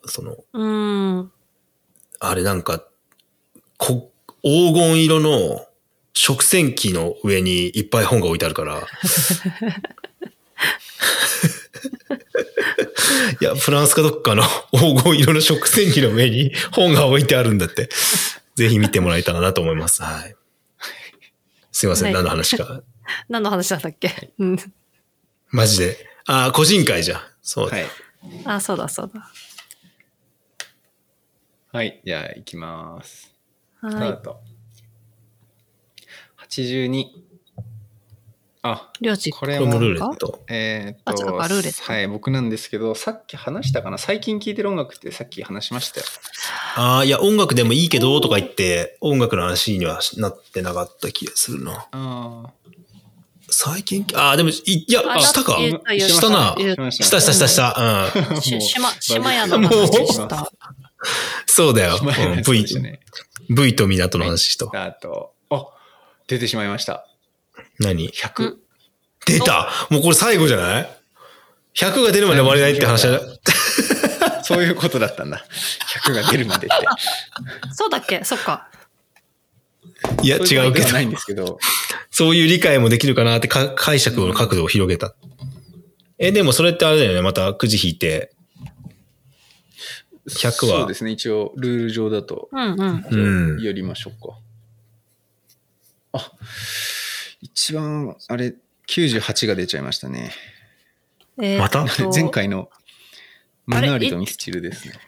あれなんか、黄金色の食洗機の上にいっぱい本が置いてあるから、 いや、フランスかどっかの黄金色の食洗機の上に本が置いてあるんだって。ぜひ見てもらえたらなと思います。はい。すいません、 はい何の話か。 何の話だったっけ？うん。 マジで。個人会じゃん。そうだ。 はい。 あ、そうだそうだ。 はい。じゃあ、行きます。スタはい。 ート。82。あ、 りょうじこれもこれもルーレット。 あ違うかルーレットはい、僕なんですけど、さっき話したかな、最近聴いてる音楽ってさっき話しましたよ。 いや、音楽でもいいけど、とか言って、音楽の話にはなってなかった気がするな。最近、でも、いや、したかしたな。した。うん。 島屋の話した。 そうだよ。 ね、 V と港の話と。 あと、出てしまいました。 何 ?100。 出た！もうこれ最後じゃない ?100 が出るまで終われないって話だ。 そういうことだったんだ。100が出るまでって。 そうだっけ？そっか。 いや、違うけど。 ないんですけど。 そういう理解もできるかなって解釈の角度を広げた。でもそれってあれだよね。またくじ引いて。100は。 そうですね。一応、ルール上だと。やりましょうか。一番、あれ、98が出ちゃいましたね。 また前回のマナーリとミスチルですね。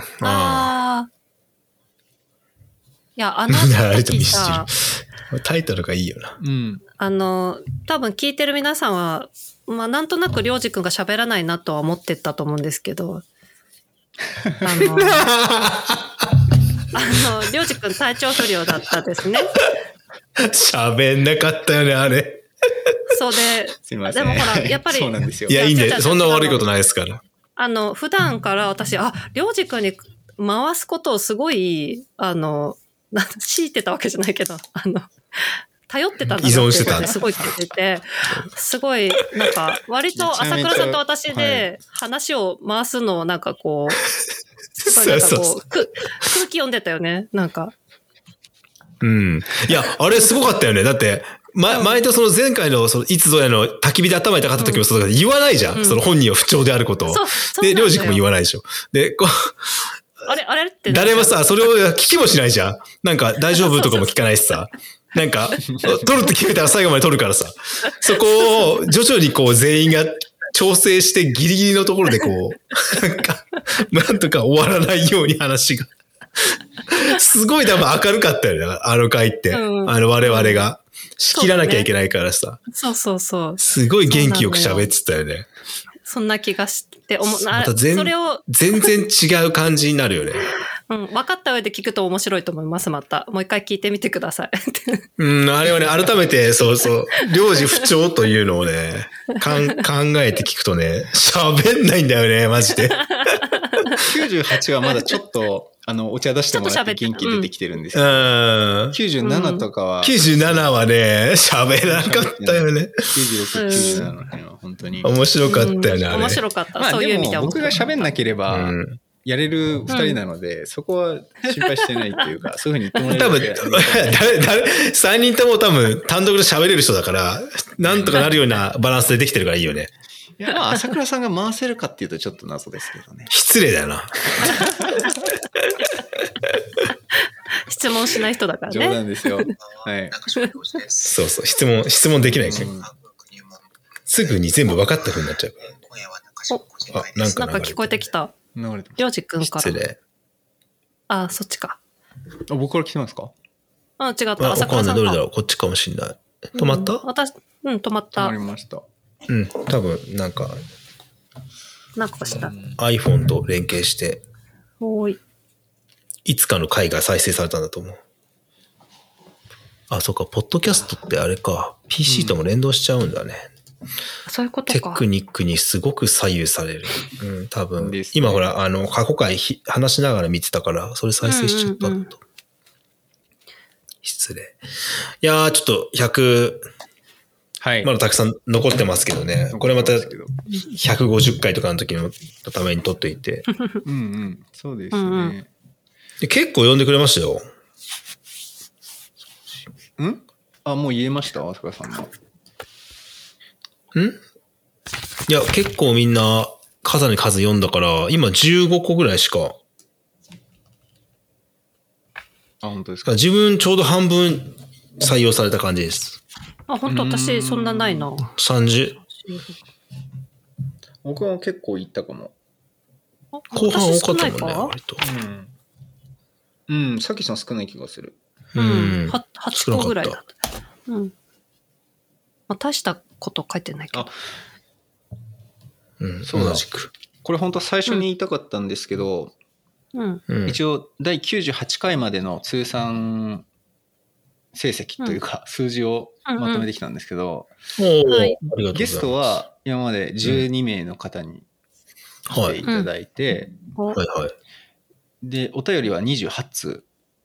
いや、時さ、 タイトルがいいよな。 うん。 多分聞いてる皆さんは、まあ、なんとなくりょうじくんが喋らないなとは思ってたと思うんですけど、りょうじくん体調不良だったですね。 喋んなかったよね、あれ。 そうで、 すいません。 でもほら、やっぱり。 そうなんですよ。 いや、いいんだよ。そんな悪いことないですから。 普段から私、りょうじくんに回すことをすごい、強いてたわけじゃないけど、頼ってたんだなって依存してた。 すごい聞いてて、すごい、なんか、割と朝倉さんと私で話を回すのをなんかこう、すごいなんかこう、空気読んでたよね、なんか。 うん。いや、あれすごかったよね。だって、前とその前回のいつぞやの焚き火で頭痛かった時もそうだけど、言わないじゃん。その本人は不調であることを。で、りょうじくんも言わないでしょ。で、 あれって誰もさ、それを聞きもしないじゃん。なんか大丈夫とかも聞かないしさ。なんか、撮るって決めたら最後まで撮るからさ。そこを徐々にこう全員が調整してギリギリのところでこう、なんとか終わらないように話が。すごい多分明るかったよね、あの回って。我々が。仕切らなきゃいけないからさ。 そう。 すごい元気よく喋ってたよね。 そんな気がしてまたそれを全然違う感じになるよね。 分かった上で聞くと面白いと思います、また。もう一回聞いてみてください。 あれはね、改めて、領事不調というのをね、考えて聞くとね、喋んないんだよね、マジで。 98はまだちょっと、お茶出してもらって元気出てきてるんですよ。97とかは。 97はね、喋らなかったよね。 96、97の辺は本当に。 面白かったよね、あれ。 面白かった。そういう意味では。 僕が喋んなければ、やれる二人なので、そこは心配してないっていうか、そういうふうに言ってもらえる。 多分、3人とも多分単独で喋れる人だから、なんとかなるようなバランスでできてるからいいよね。 いや、朝倉さんが回せるかっていうとちょっと謎ですけどね。 失礼だよな。 質問しない人だからね。 冗談ですよ。はい。 そう、質問できないから。すぐに全部分かった風になっちゃうから。 なんか聞こえてきた。りょうじくんから。 失礼。 そっちか。 僕から来てますか？ 違った。 朝倉さん。どれだろう？こっちかもしんない。止まった？ 私、止まった。 止まりました。 多分、なんかした。 iPhone と連携して、いつかの回が再生されたんだと思う。そうか、ポッドキャストってあれか、PC とも連動しちゃうんだね。 そういうことか。 テクニックにすごく左右される。多分、今ほら、過去回話しながら見てたから、それ再生しちゃったんだと。失礼。いやー、ちょっと100、 はい。 まだたくさん残ってますけどね。これまた150回とかの時のために撮っていて。 そうですね。 結構読んでくれましたよ。 もう言えました？朝倉さんも。 いや、結構みんな、かなり数読んだから、今15個ぐらいしか。 あ、本当ですか。 自分ちょうど半分採用された感じです。 あ、本当私そんなないな。 30。 僕は結構いったかも。 後半多かったもんね、割と。 うん、さきさん少ない気がする。 うん。8個ぐらいだった。うん。まあ、大したこと書いてないけど。 うん、 そうだ。 同じく。 これ本当最初に言いたかったんですけど、一応第98回までの通算成績というか、数字をまとめてきたんですけど、ゲストは今まで12名の方に来ていただいて、で、お便りは28通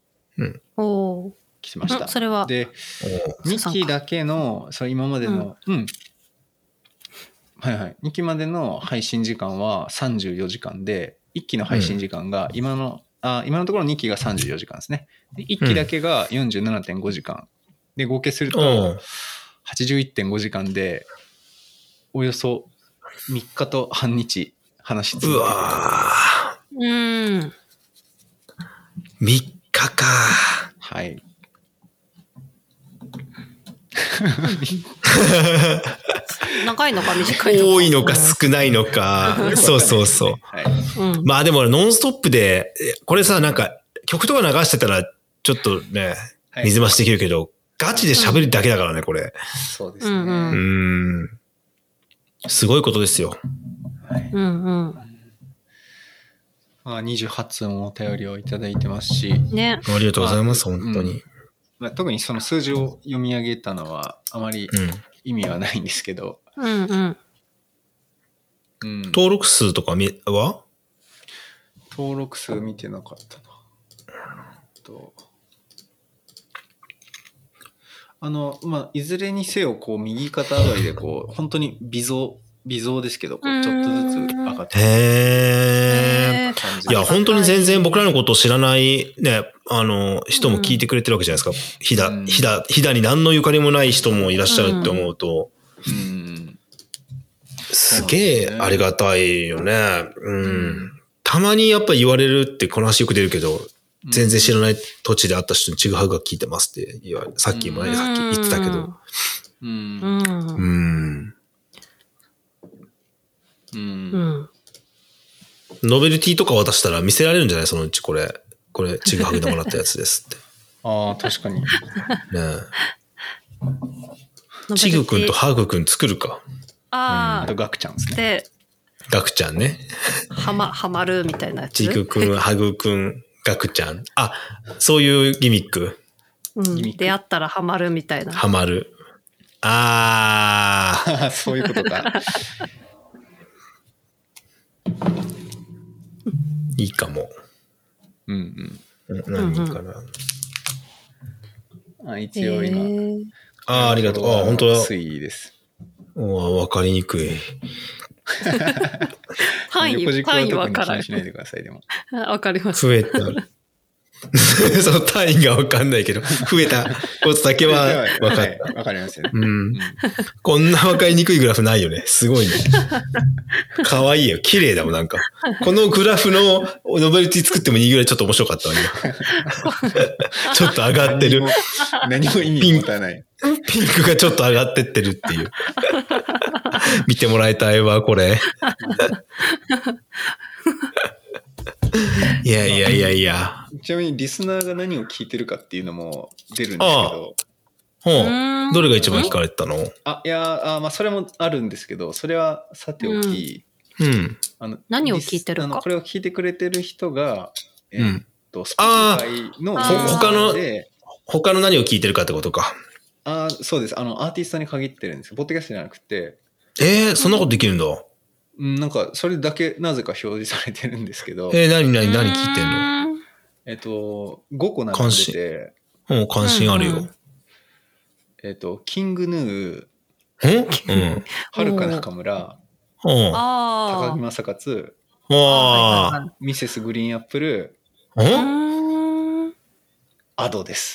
来てました。 それは。 で、2期だけの、今までの、2期までの配信時間は34時間で、1期の配信時間が今のところ2期が34時間ですね。で1期だけが 47.5 時間。で、合計すると 81.5 時間で、およそ3日と半日話し続けていた。 3日か。 はい。 長いのか短いのか。 多いのか少ないのか。そうそうそう。まあでもノンストップで、これさ、なんか曲とか流してたらちょっとね、水増しできるけど、ガチで喋るだけだからね、これ。 そうですね。 すごいことですよ。 28通もお便りをいただいてますし。 ね。 ありがとうございます、本当に。 特にその数字を読み上げたのはあまり意味はないんですけど。 登録数とかは？ 登録数見てなかったな。いずれにせよ、右肩上がりで、本当に微増ですけど、ちょっとずつ上がってへー。いや、本当に全然僕らのことを知らないね、人も聞いてくれてるわけじゃないですか。飛騨に何のゆかりもない人もいらっしゃるって思うと、すげえありがたいよね。たまにやっぱり言われるってこの話よく出るけど、全然知らない土地で会った人にちぐはぐが聞いてますって言われ、さっき言ってたけど。ノベルティとか渡したら見せられるんじゃない？そのうちこれちぐはぐでもらったやつですって。 ああ、確かに。ねえ。ちぐくんとはぐくん作るか。 あとガクちゃんですね。 で、 ガクちゃんね。 はまるみたいなやつ。 ちぐくん、はぐくん、ガクちゃん。あ、そういうギミック。 出会ったらハマるみたいな。 ハマる。 そういうことか。 いいかも。何かな。 一応今。 ありがとう。本当だ。 推移です。 わかりにくい。 範囲わからない。気にしないでください、でも。 わかります。 増えた。その単位がわかんないけど、増えたことだけはわかった。 わかりますよね。 こんなわかりにくいグラフないよね。すごいね。かわいいよ。綺麗だもん、なんか。このグラフのノベルティ作ってもいいぐらいちょっと面白かったわ、今。ちょっと上がってる。 何も意味持たない。 ピンクがちょっと上がってってるっていう。見てもらいたいわ、これ。いや。 ちなみにリスナーが何を聞いてるかっていうのも出るんですけど。どれが一番聞かれてたの？ それもあるんですけど、それはさておき、 何を聞いてるか。 これを聞いてくれてる人が、Spotify の他の何を聞いてるかってことか。 そうです。アーティストに限ってるんですよ。ポッドキャストじゃなくて。 そんなことできるんだ。 なんか、それだけなぜか表示されてるんですけど。 何聞いてんの ？5個並んでて。 関心あるよ。 キングヌー、はるか中村、高木正勝、ミセスグリーンアップル、アドです。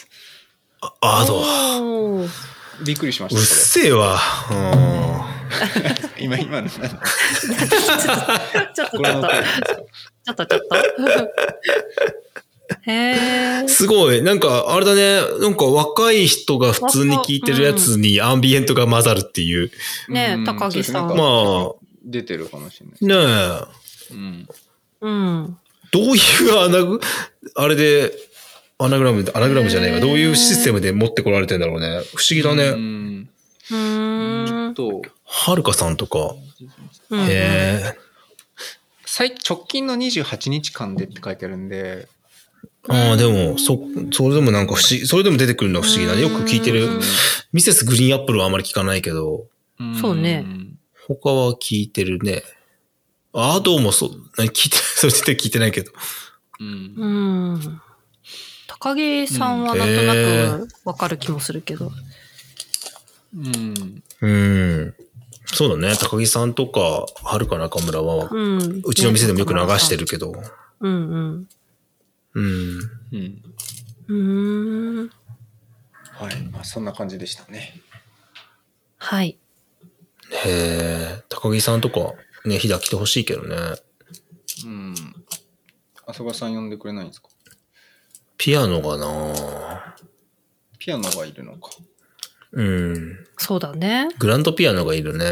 アド。 びっくりしました。 うっせえわ。 今のなんだちょっと。へー。 すごい。なんか、あれだね。なんか若い人が普通に聞いてるやつにアンビエントが混ざるっていう。 ねえ、高木さん。 まあ、出てるかもしれない。 ねえ。うん。 うん。 どういうあれで、アナグラムじゃないわ。どういうシステムで持ってこられてんだろうね。不思議だね。はるかさんとか。へえ。 直近の28日間でって書いてあるんで。 ああ、でも、それでもなんか不思議、それでも出てくるのは不思議だね。よく聞いてる。ミセスグリーンアップルはあまり聞かないけど。 そうね。 他は聞いてるね。あ、どうもそう、聞いて、それ絶対聞いてないけど。 高木さんはなんとなくわかる気もするけど。 そうだね。高木さんとか、はるか中村は、うちの店でもよく流してるけど。はい。 まあ、そんな感じでしたね。 はい。 へえ、高木さんとか、ね、飛騨来てほしいけどね。 浅川さん呼んでくれないんですか？ ピアノがなピアノがいるのか。 そうだね。 グランドピアノがいるね。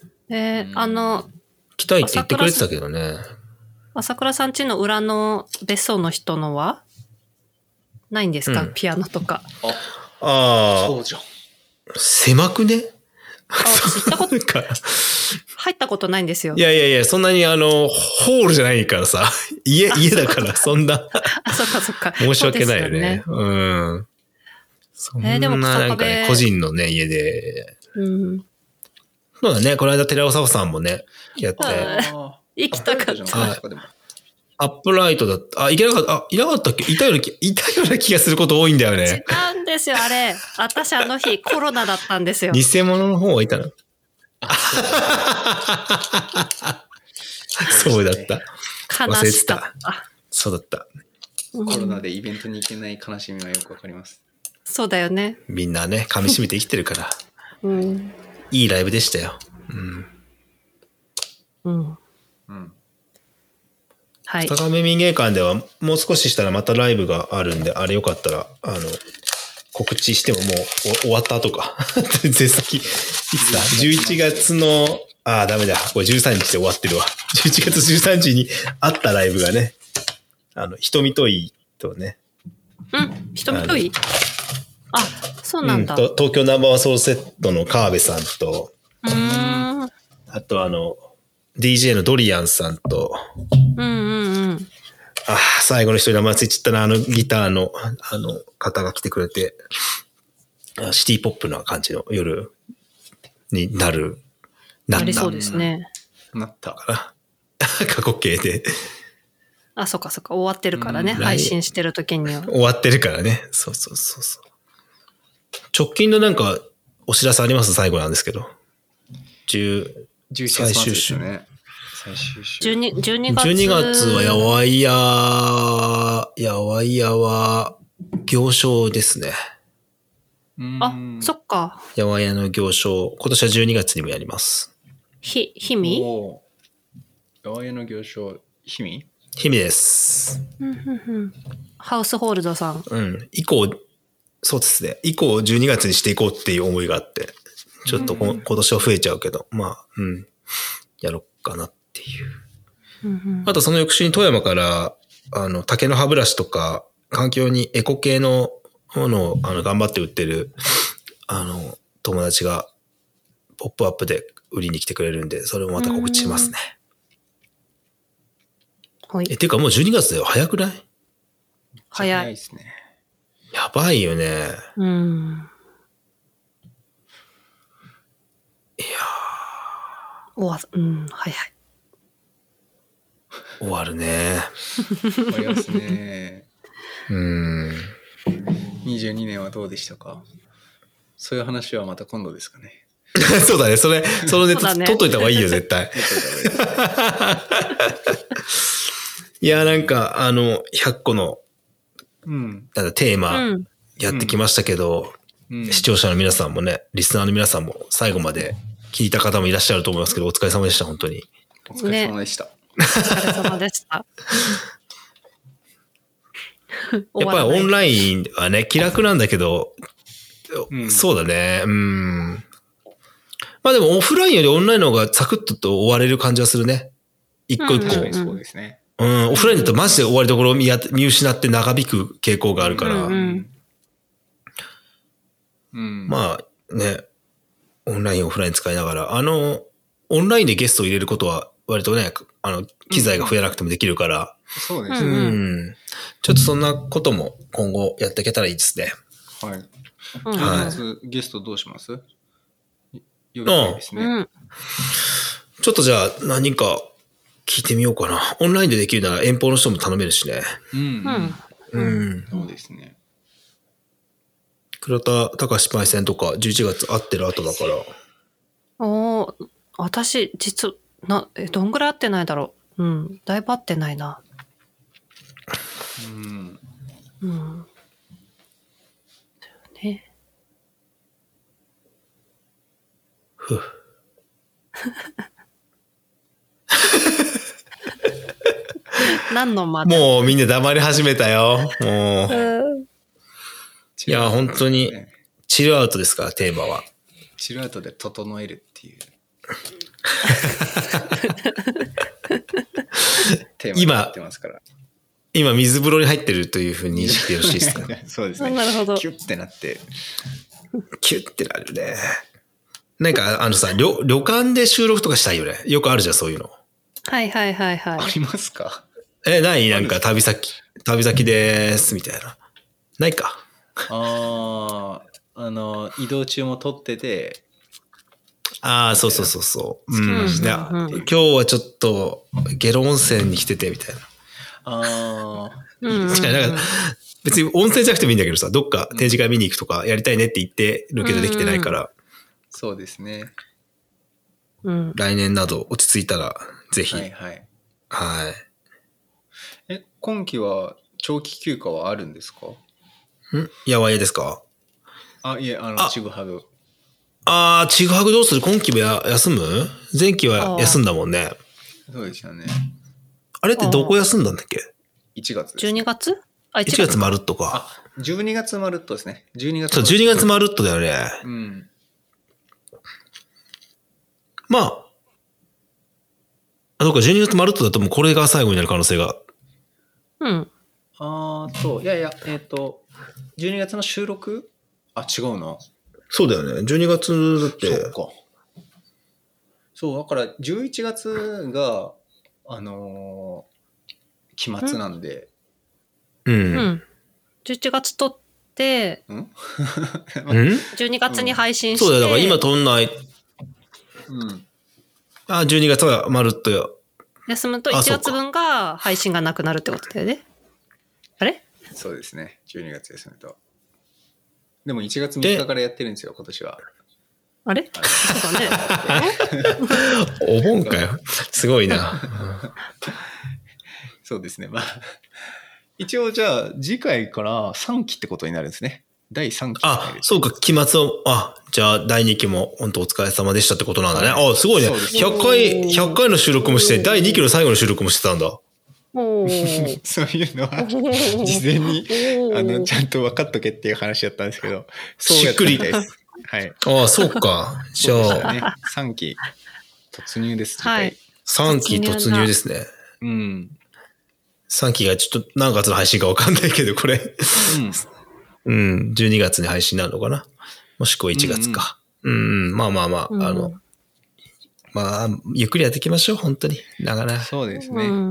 来たいって言ってくれてたけどね。 朝倉さん家の裏の別荘の人のはないんですか、ピアノとか。 ああ。 そうじゃん。 狭くね？ 知ったこと入ったことないんですよ。 いや、そんなにホールじゃないからさ。家だからそんな。 そっか。 申し訳ないよね。そんななんかね、個人のね、家で。そうだね、この間寺尾沙帆さんもね、やって。 行きたかった。 アップライトだった。いけなかった。いなかったっけ？いたような気がすること多いんだよね。 違うんですよ、あれ。私あの日コロナだったんですよ。 偽物の方はいたの？そうだった。 悲しかった。 そうだった。 コロナでイベントに行けない悲しみはよくわかります。 そうだよね。 みんなね、噛み締めて生きてるから。いいライブでしたよ。 はい。 二亀民芸館ではもう少ししたらまたライブがあるんで、あれよかったら、告知してももう終わった後か。全然先、いつだ ?11 月の、ダメだ。これ13日で終わってるわ。11月13日にあったライブがね、瞳といとね。 瞳といそうなんだ。 東京ナンバーワンソロセットの川辺さんと、あとDJ のドリアンさんと、最後の一人名前ついちゃったな、ギターの、方が来てくれて、シティポップな感じの夜になりそうですね。 なったかな。過去形で。 そっか。終わってるからね。配信してる時には。 終わってるからね。そう。直近のなんか、お知らせあります？最後なんですけど。 11月末ですよね。最終週。 12月はやわいやは行商ですね。 そっか。 やわやの行商。今年は12月にもやります。 ひみ？ やわやの行商、ひみです。 ハウスホールドさん。 そうですね。以降12月にしていこうっていう思いがあって、ちょっと今年は増えちゃうけど、やろうかなっていう。あとその翌週に富山から、竹の歯ブラシとか、環境にエコ系のものを頑張って売ってる、友達が、ポップアップで売りに来てくれるんで、それもまた告知しますね。ていうかもう12月だよ。早くない？ 早いですね。 やばいよね。いや早い。 終わるね。 終わりますね。22年はどうでしたか？そういう話はまた今度ですかね。 そうだね。そのネタ取っといた方がいいよ、絶対。いや、なんか、100個の、テーマやってきましたけど、視聴者の皆さんもね、リスナーの皆さんも最後まで聞いた方もいらっしゃると思いますけど、お疲れ様でした、本当に。 お疲れ様でした。 お疲れ様でした。 やっぱりオンラインはね、気楽なんだけど、そうだね。まあでもオフラインよりオンラインの方がサクッと終われる感じはするね。一個一個。 そうですね。 オフラインだとマジで終わりどころを見失って長引く傾向があるから。まあね、オンライン、オフライン使いながら、オンラインでゲストを入れることは割とね、機材が増えなくてもできるから。 そうですね。 ちょっとそんなことも今後やっていけたらいいですね。 はい。まずゲストどうします？呼びたいですね。 ちょっとじゃあ何か聞いてみようかな。オンラインでできるなら遠方の人も頼めるしね。 そうですね。 倉田隆パイセンとか11月会ってる後だから。 私、実、どんぐらい会ってないだろう。だいぶ会ってないな。ね。何の間もうみんな黙り始めたよ。もう。いや、本当に、チルアウトですから、テーマは。 チルアウトで整えるっていう。テーマになってますから。 今、水風呂に入ってるというふうに認識でよろしいですか？ そうですね。 なるほど。 キュッてなって。 キュッてなるね。なんか、さ、旅館で収録とかしたいよね。よくあるじゃん、そういうの。 はいはいはいはい。 ありますか？ ないなんか旅先でーす、みたいな。ないか。 移動中も撮ってて。 そうそうそうそう。今日はちょっと、ゲロ温泉に来てて、みたいな。別に温泉じゃなくてもいいんだけどさ、どっか展示会見に行くとかやりたいねって言ってるけどできてないから。 そうですね。 来年など落ち着いたら、ぜひ。 はい。今期は長期休暇はあるんですか？ やわいですか？ いえ、ちぐはぐ。 ちぐはぐどうする？今期も休む？前期は休んだもんね。 そうですよね。 あれってどこ休んだんだっけ ？1月です。 12月 ？1月まるっとか。 12月まるっとですね。12月。 そう、12月まるっとだよね。まあ、そうか、12月まるっとだともうこれが最後になる可能性が。 いや、12月の収録？違うな。 そうだよね。12月だって。 そうか。そう、だから11月が、期末なんで。 11月撮って、12月に配信して。 そうだよ、だから今撮んない。12月はまるっとよ。 休むと1月分が配信がなくなるってことだよね。あれ？ そうですね。12月休むと。でも1月3日からやってるんですよ、今年は。 あれ？そうだね。 お盆かよ。すごいな。 そうですね。まあ、一応じゃあ次回から3期ってことになるんですね。第3期。 そうか、期末を、じゃあ第2期も本当お疲れ様でしたってことなんだね。すごいね。100回の収録もして、第2期の最後の収録もしてたんだ。 そういうのは事前にちゃんと分かっとけっていう話だったんですけど、 しっくりです。はい。 そうか。じゃあ、 ね、3期突入です。 はい。 3期突入ですね。3期がちょっと何月の配信か分かんないけど、これ。12月に配信になるのかな。もしくは1月か。まあ、ゆっくりやっていきましょう、本当に。だから。 そうですね。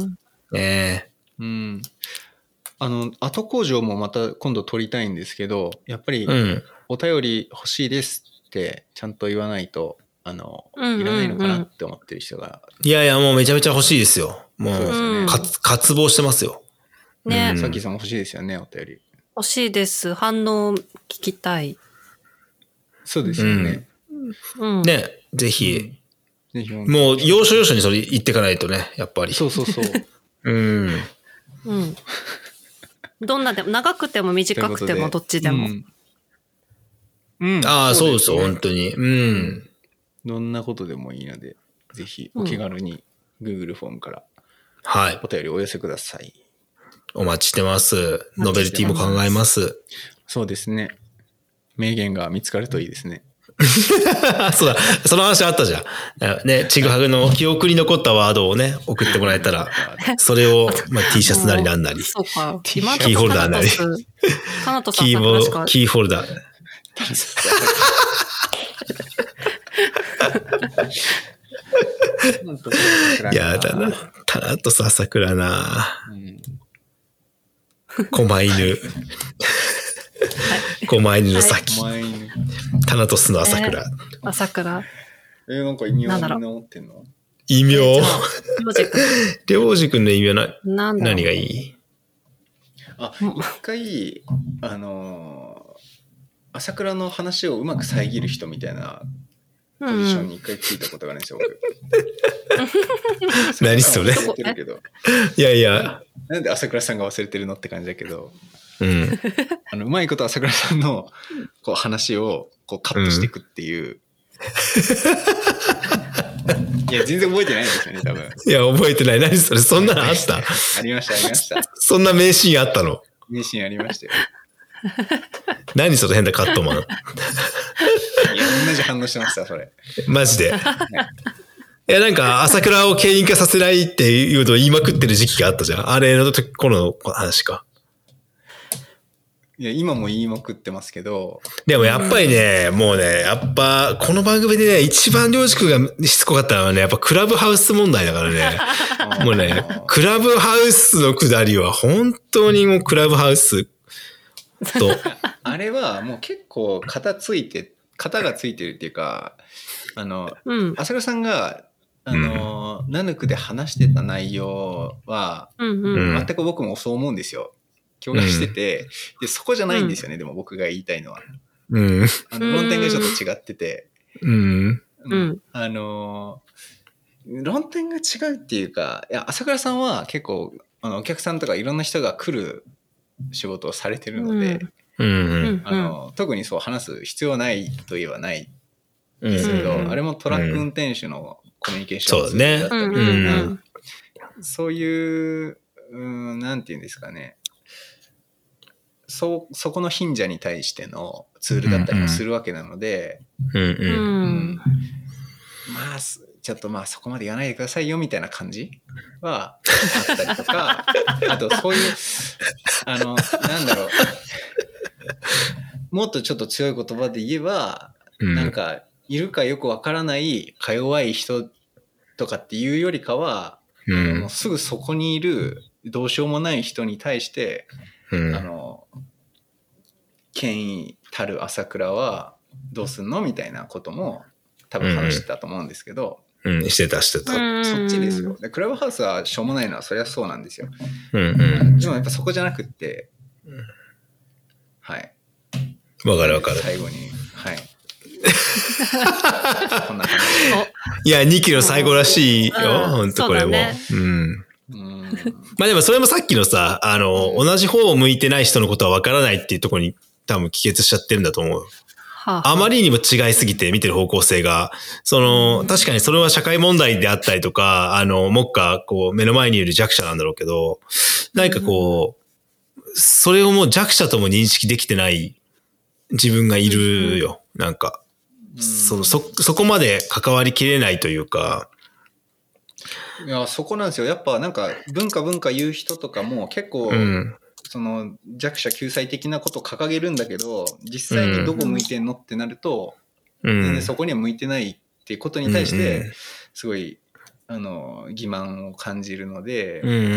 後工場もまた今度撮りたいんですけど、やっぱりお便り欲しいですってちゃんと言わないといらないのかなって思ってる人が。 いやいや、もうめちゃめちゃ欲しいですよ。もう、渇望してますよ。 ね。 さきさん欲しいですよね、お便り。 欲しいです。反応聞きたい。 そうですよね。 ね、ぜひ。もう、要所要所にそれ言っていかないとね、やっぱり。 そう。 どんなでも、長くても短くてもどっちでも。 そうですよ、本当に。 どんなことでもいいので、ぜひお気軽に Google フォームからはい。 お便りお寄せください。 お待ちしてます。ノベルティも考えます。 そうですね。名言が見つかるといいですね。 そうだ、その話あったじゃん。ね、ちぐはぐの記憶に残ったワードをね、送ってもらえたら、それを、まあ、T シャツなりなんなり。 そうか。 キーホルダーなり。 タナトさんキーホルダー。やだな。タナトス朝倉な。狛犬。狛犬の先。タナトスの朝倉。 朝倉。 なんか意味はみんな持ってんの？ 異名。 りょうじくん。 りょうじくんの異名何がいい？ 一回、朝倉の話をうまく遮る人みたいなポジションに一回ついたことがあるんですよ、僕。 何それ？いやいや。 なんで朝倉さんが忘れてるのって感じだけど、 うん、 うまいこと朝倉さんのこう話をこうカットしていくっていう。いや、全然覚えてないんですよね、多分。 いや、覚えてない。何それ？そんなのあった？ ありました、ありました。 そんな名シーンあったの？ 名シーンありましたよ。 何その変なカットマン。いや、 同じ反応してました、それ。 マジで。はい、いや、なんか、朝倉を権威化させないっていうのを言いまくってる時期があったじゃん。あれの頃の話か。 いや、今も言いまくってますけど。 でもやっぱりね、もうね、やっぱ、この番組でね、一番りょうじくんがしつこかったのはね、やっぱクラブハウス問題だからね。もうね、クラブハウスの下りは本当にもうクラブハウスと。 あれはもう結構型がついてるっていうか、朝倉さんが、ナヌクで話してた内容は、全く僕もそう思うんですよ。共感してて、で、そこじゃないんですよね、でも僕が言いたいのは。論点がちょっと違ってて、論点が違うっていうか、いや、朝倉さんは結構、お客さんとかいろんな人が来る仕事をされてるので、特にそう話す必要ないといえばないですけど、あれもトラック運転手のコミュニケーションツールだったみたいな、そういう、なんていうんですかね、そこの貧者に対してのツールだったりもするわけなので、まあちょっとまあそこまで言わないでくださいよみたいな感じはあったりとか、あとそういうなんだろう、もっとちょっと強い言葉で言えば、なんかいるかよくわからないか弱い人とかっていうよりかは、もうすぐそこにいるどうしようもない人に対して、権威たる朝倉はどうすんのみたいなことも多分話してたと思うんですけど、 してた。そっちですよ。でクラブハウスはしょうもないのはそりゃそうなんですよ。でもやっぱそこじゃなくって、はい。 わかる。 最後に、はい。こんな感じ。いや、2期の最後らしいよ、本当これも。まあでもそれもさっきのさ、同じ方を向いてない人のことはわからないっていうところに多分帰結しちゃってるんだと思う。あまりにも違いすぎて見てる方向性が、確かにそれは社会問題であったりとか、目下、こう、目の前にいる弱者なんだろうけど、何かこう、それをもう弱者とも認識できてない自分がいるよ。なんか、そこまで関わりきれないというか。 いや、そこなんですよ。やっぱなんか、文化言う人とかも結構、その弱者救済的なことを掲げるんだけど、実際にどこ向いてんのってなると、全然そこには向いてないっていうことに対してすごい欺瞞を感じるので、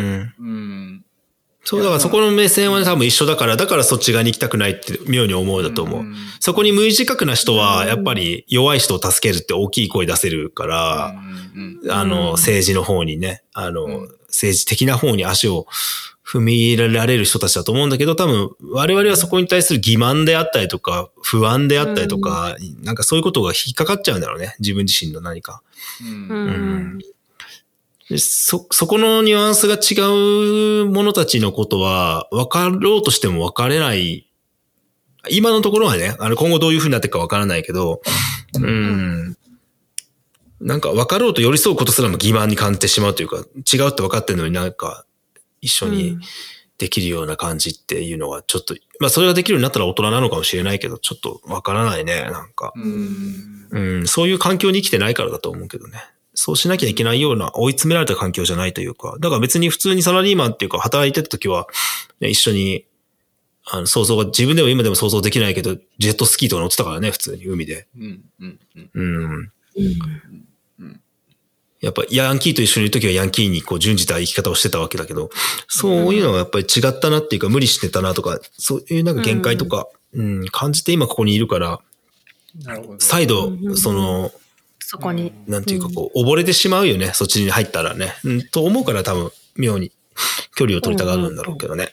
そうだからそこの目線は多分一緒だからそっち側に行きたくないって妙に思うだと思う。そこに無自覚な人はやっぱり弱い人を助けるって大きい声出せるから、政治の方にね、政治的な方に足を踏み入れられる人たちだと思うんだけど、多分我々はそこに対する欺瞞であったりとか、不安であったりとか、なんかそういうことが引っかかっちゃうんだろうね。自分自身の何か。そこのニュアンスが違う者たちのことは分かろうとしても分かれない。今のところはね、今後どういう風になっていくか分からないけど、 なんか分かろうと寄り添うことすらも欺瞞に感じてしまうというか、違うって分かってるのになんか一緒にできるような感じっていうのはちょっと、まあそれができるようになったら大人なのかもしれないけど、ちょっと分からないね、なんか。そういう環境に生きてないからだと思うけどね。そうしなきゃいけないような追い詰められた環境じゃないというか、だから別に普通にサラリーマンっていうか働いてた時は、ね、一緒に、想像が自分でも今でも想像できないけど、ジェットスキーとか乗ってたからね、普通に海で。やっぱヤンキーと一緒にいる時はヤンキーにこう準じた生き方をしてたわけだけど、そういうのがやっぱり違ったなっていうか、無理してたなとか、そういうなんか限界とか、感じて今ここにいるから、再度、 そこに。 なんていうかこう、溺れてしまうよね、そっちに入ったらね。と思うから多分、妙に距離を取りたがるんだろうけどね。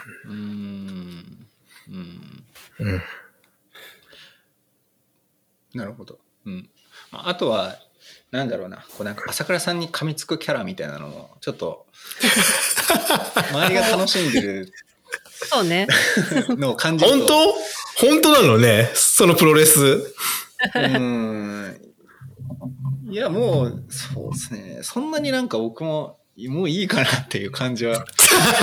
なるほど。あとは、なんだろうな、こうなんか朝倉さんに噛みつくキャラみたいなのも、ちょっと、周りが楽しんでるそうね。 のを感じると。本当なのね、そのプロレス。 いや、もう、そうですね。そんなになんか僕も、もういいかなっていう感じは。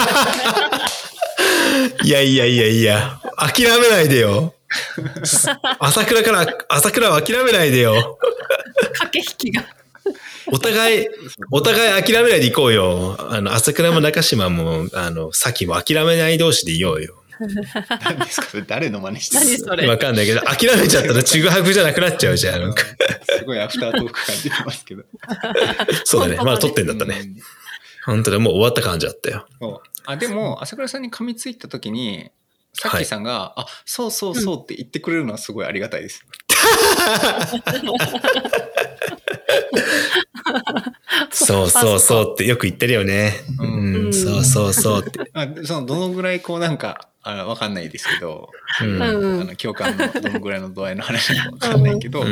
いや、諦めないでよ。朝倉は諦めないでよ。 駆け引きが。 お互い諦めないでいこうよ。朝倉も中島も、さきも諦めない同士でいようよ。 何ですかそれ誰の真似してる？ 何それ？ わかんないけど、諦めちゃったらちぐはぐじゃなくなっちゃうじゃん。 すごいアフタートーク感出てますけど。 そうだね。まだ撮ってんだったね。本当だ、もう終わった感じだったよ。 でも、朝倉さんに噛みついたときに、さっきさんが、そうって言ってくれるのはすごいありがたいです。そうってよく言ってるよね。そうって。 どのぐらいこうなんか、わかんないですけど、共感のどのぐらいの度合いの話かわかんないけど、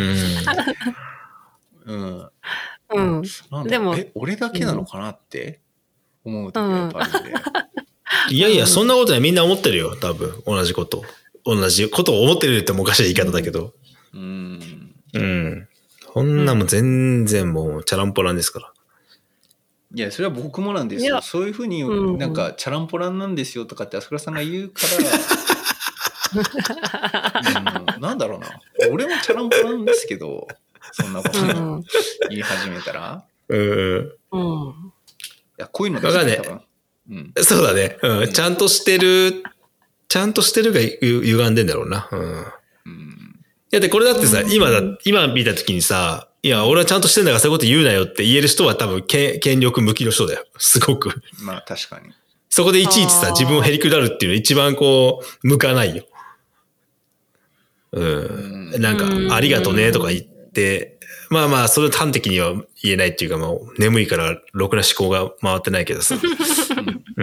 でも、 俺だけなのかなって思う時がやっぱあるんで。 いや、そんなことない。みんな思ってるよ、多分。同じことを思ってるってもおかしい言い方だけど。こんなもん全然もうチャランポランですから。 いや、それは僕もなんですよ。そういうふうになんかチャランポランなんですよとかって朝倉さんが言うから、なんだろうな。俺もチャランポランですけど、そんなこと言い始めたら。いや、こういうのですね、多分。 そうだね。ちゃんとしてるが歪んでんだろうな。いや、で、これだってさ、今見たときにさ、いや、俺はちゃんとしてんだからそういうこと言うなよって言える人は多分、権力向きの人だよ。すごく。 まあ、確かに。 そこでいちいちさ、自分をへりくだるっていうの一番こう、向かないよ。なんか、ありがとねとか言って、まあ、それを端的には言えないっていうか、もう、眠いからろくな思考が回ってないけどさ。で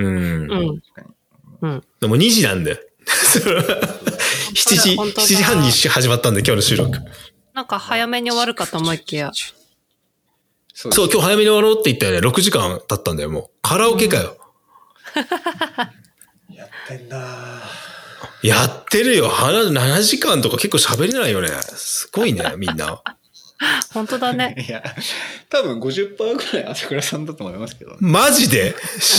も2時なんだよ。7時半に始まったんで、今日の収録。 なんか早めに終わるかと思いきや。 そう、今日早めに終わろうって言ったよね。6時間経ったんだよ、もう。カラオケかよ。 やってんだ。 やってるよ。7時間とか結構喋れないよね。すごいね、みんな。 本当だね。 いや、多分 50% ぐらい朝倉さんだと思いますけどね。 マジで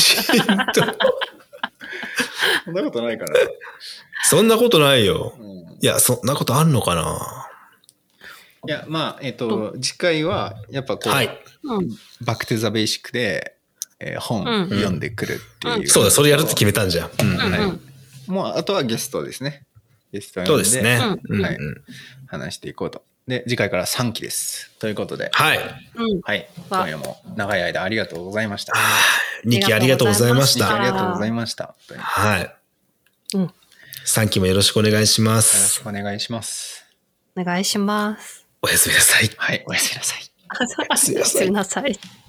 そんなことないかな。 そんなことないよ。いや、そんなことあんのかな。 いや、まあ、次回は、やっぱこう、バックトゥザベーシックで、本読んでくるっていう。 そうだ、それやるって決めたんじゃん。 もう、あとはゲストですね。ゲストそうですね。 話していこうと。で、次回から3期です。ということで。 はい。 今夜も長い間ありがとうございました。 2期ありがとうございました。 ありがとうございました。 はい。3期もよろしくお願いします。 よろしくお願いします。 お願いします。 おやすみなさい。 はい、おやすみなさい。 おやすみなさい。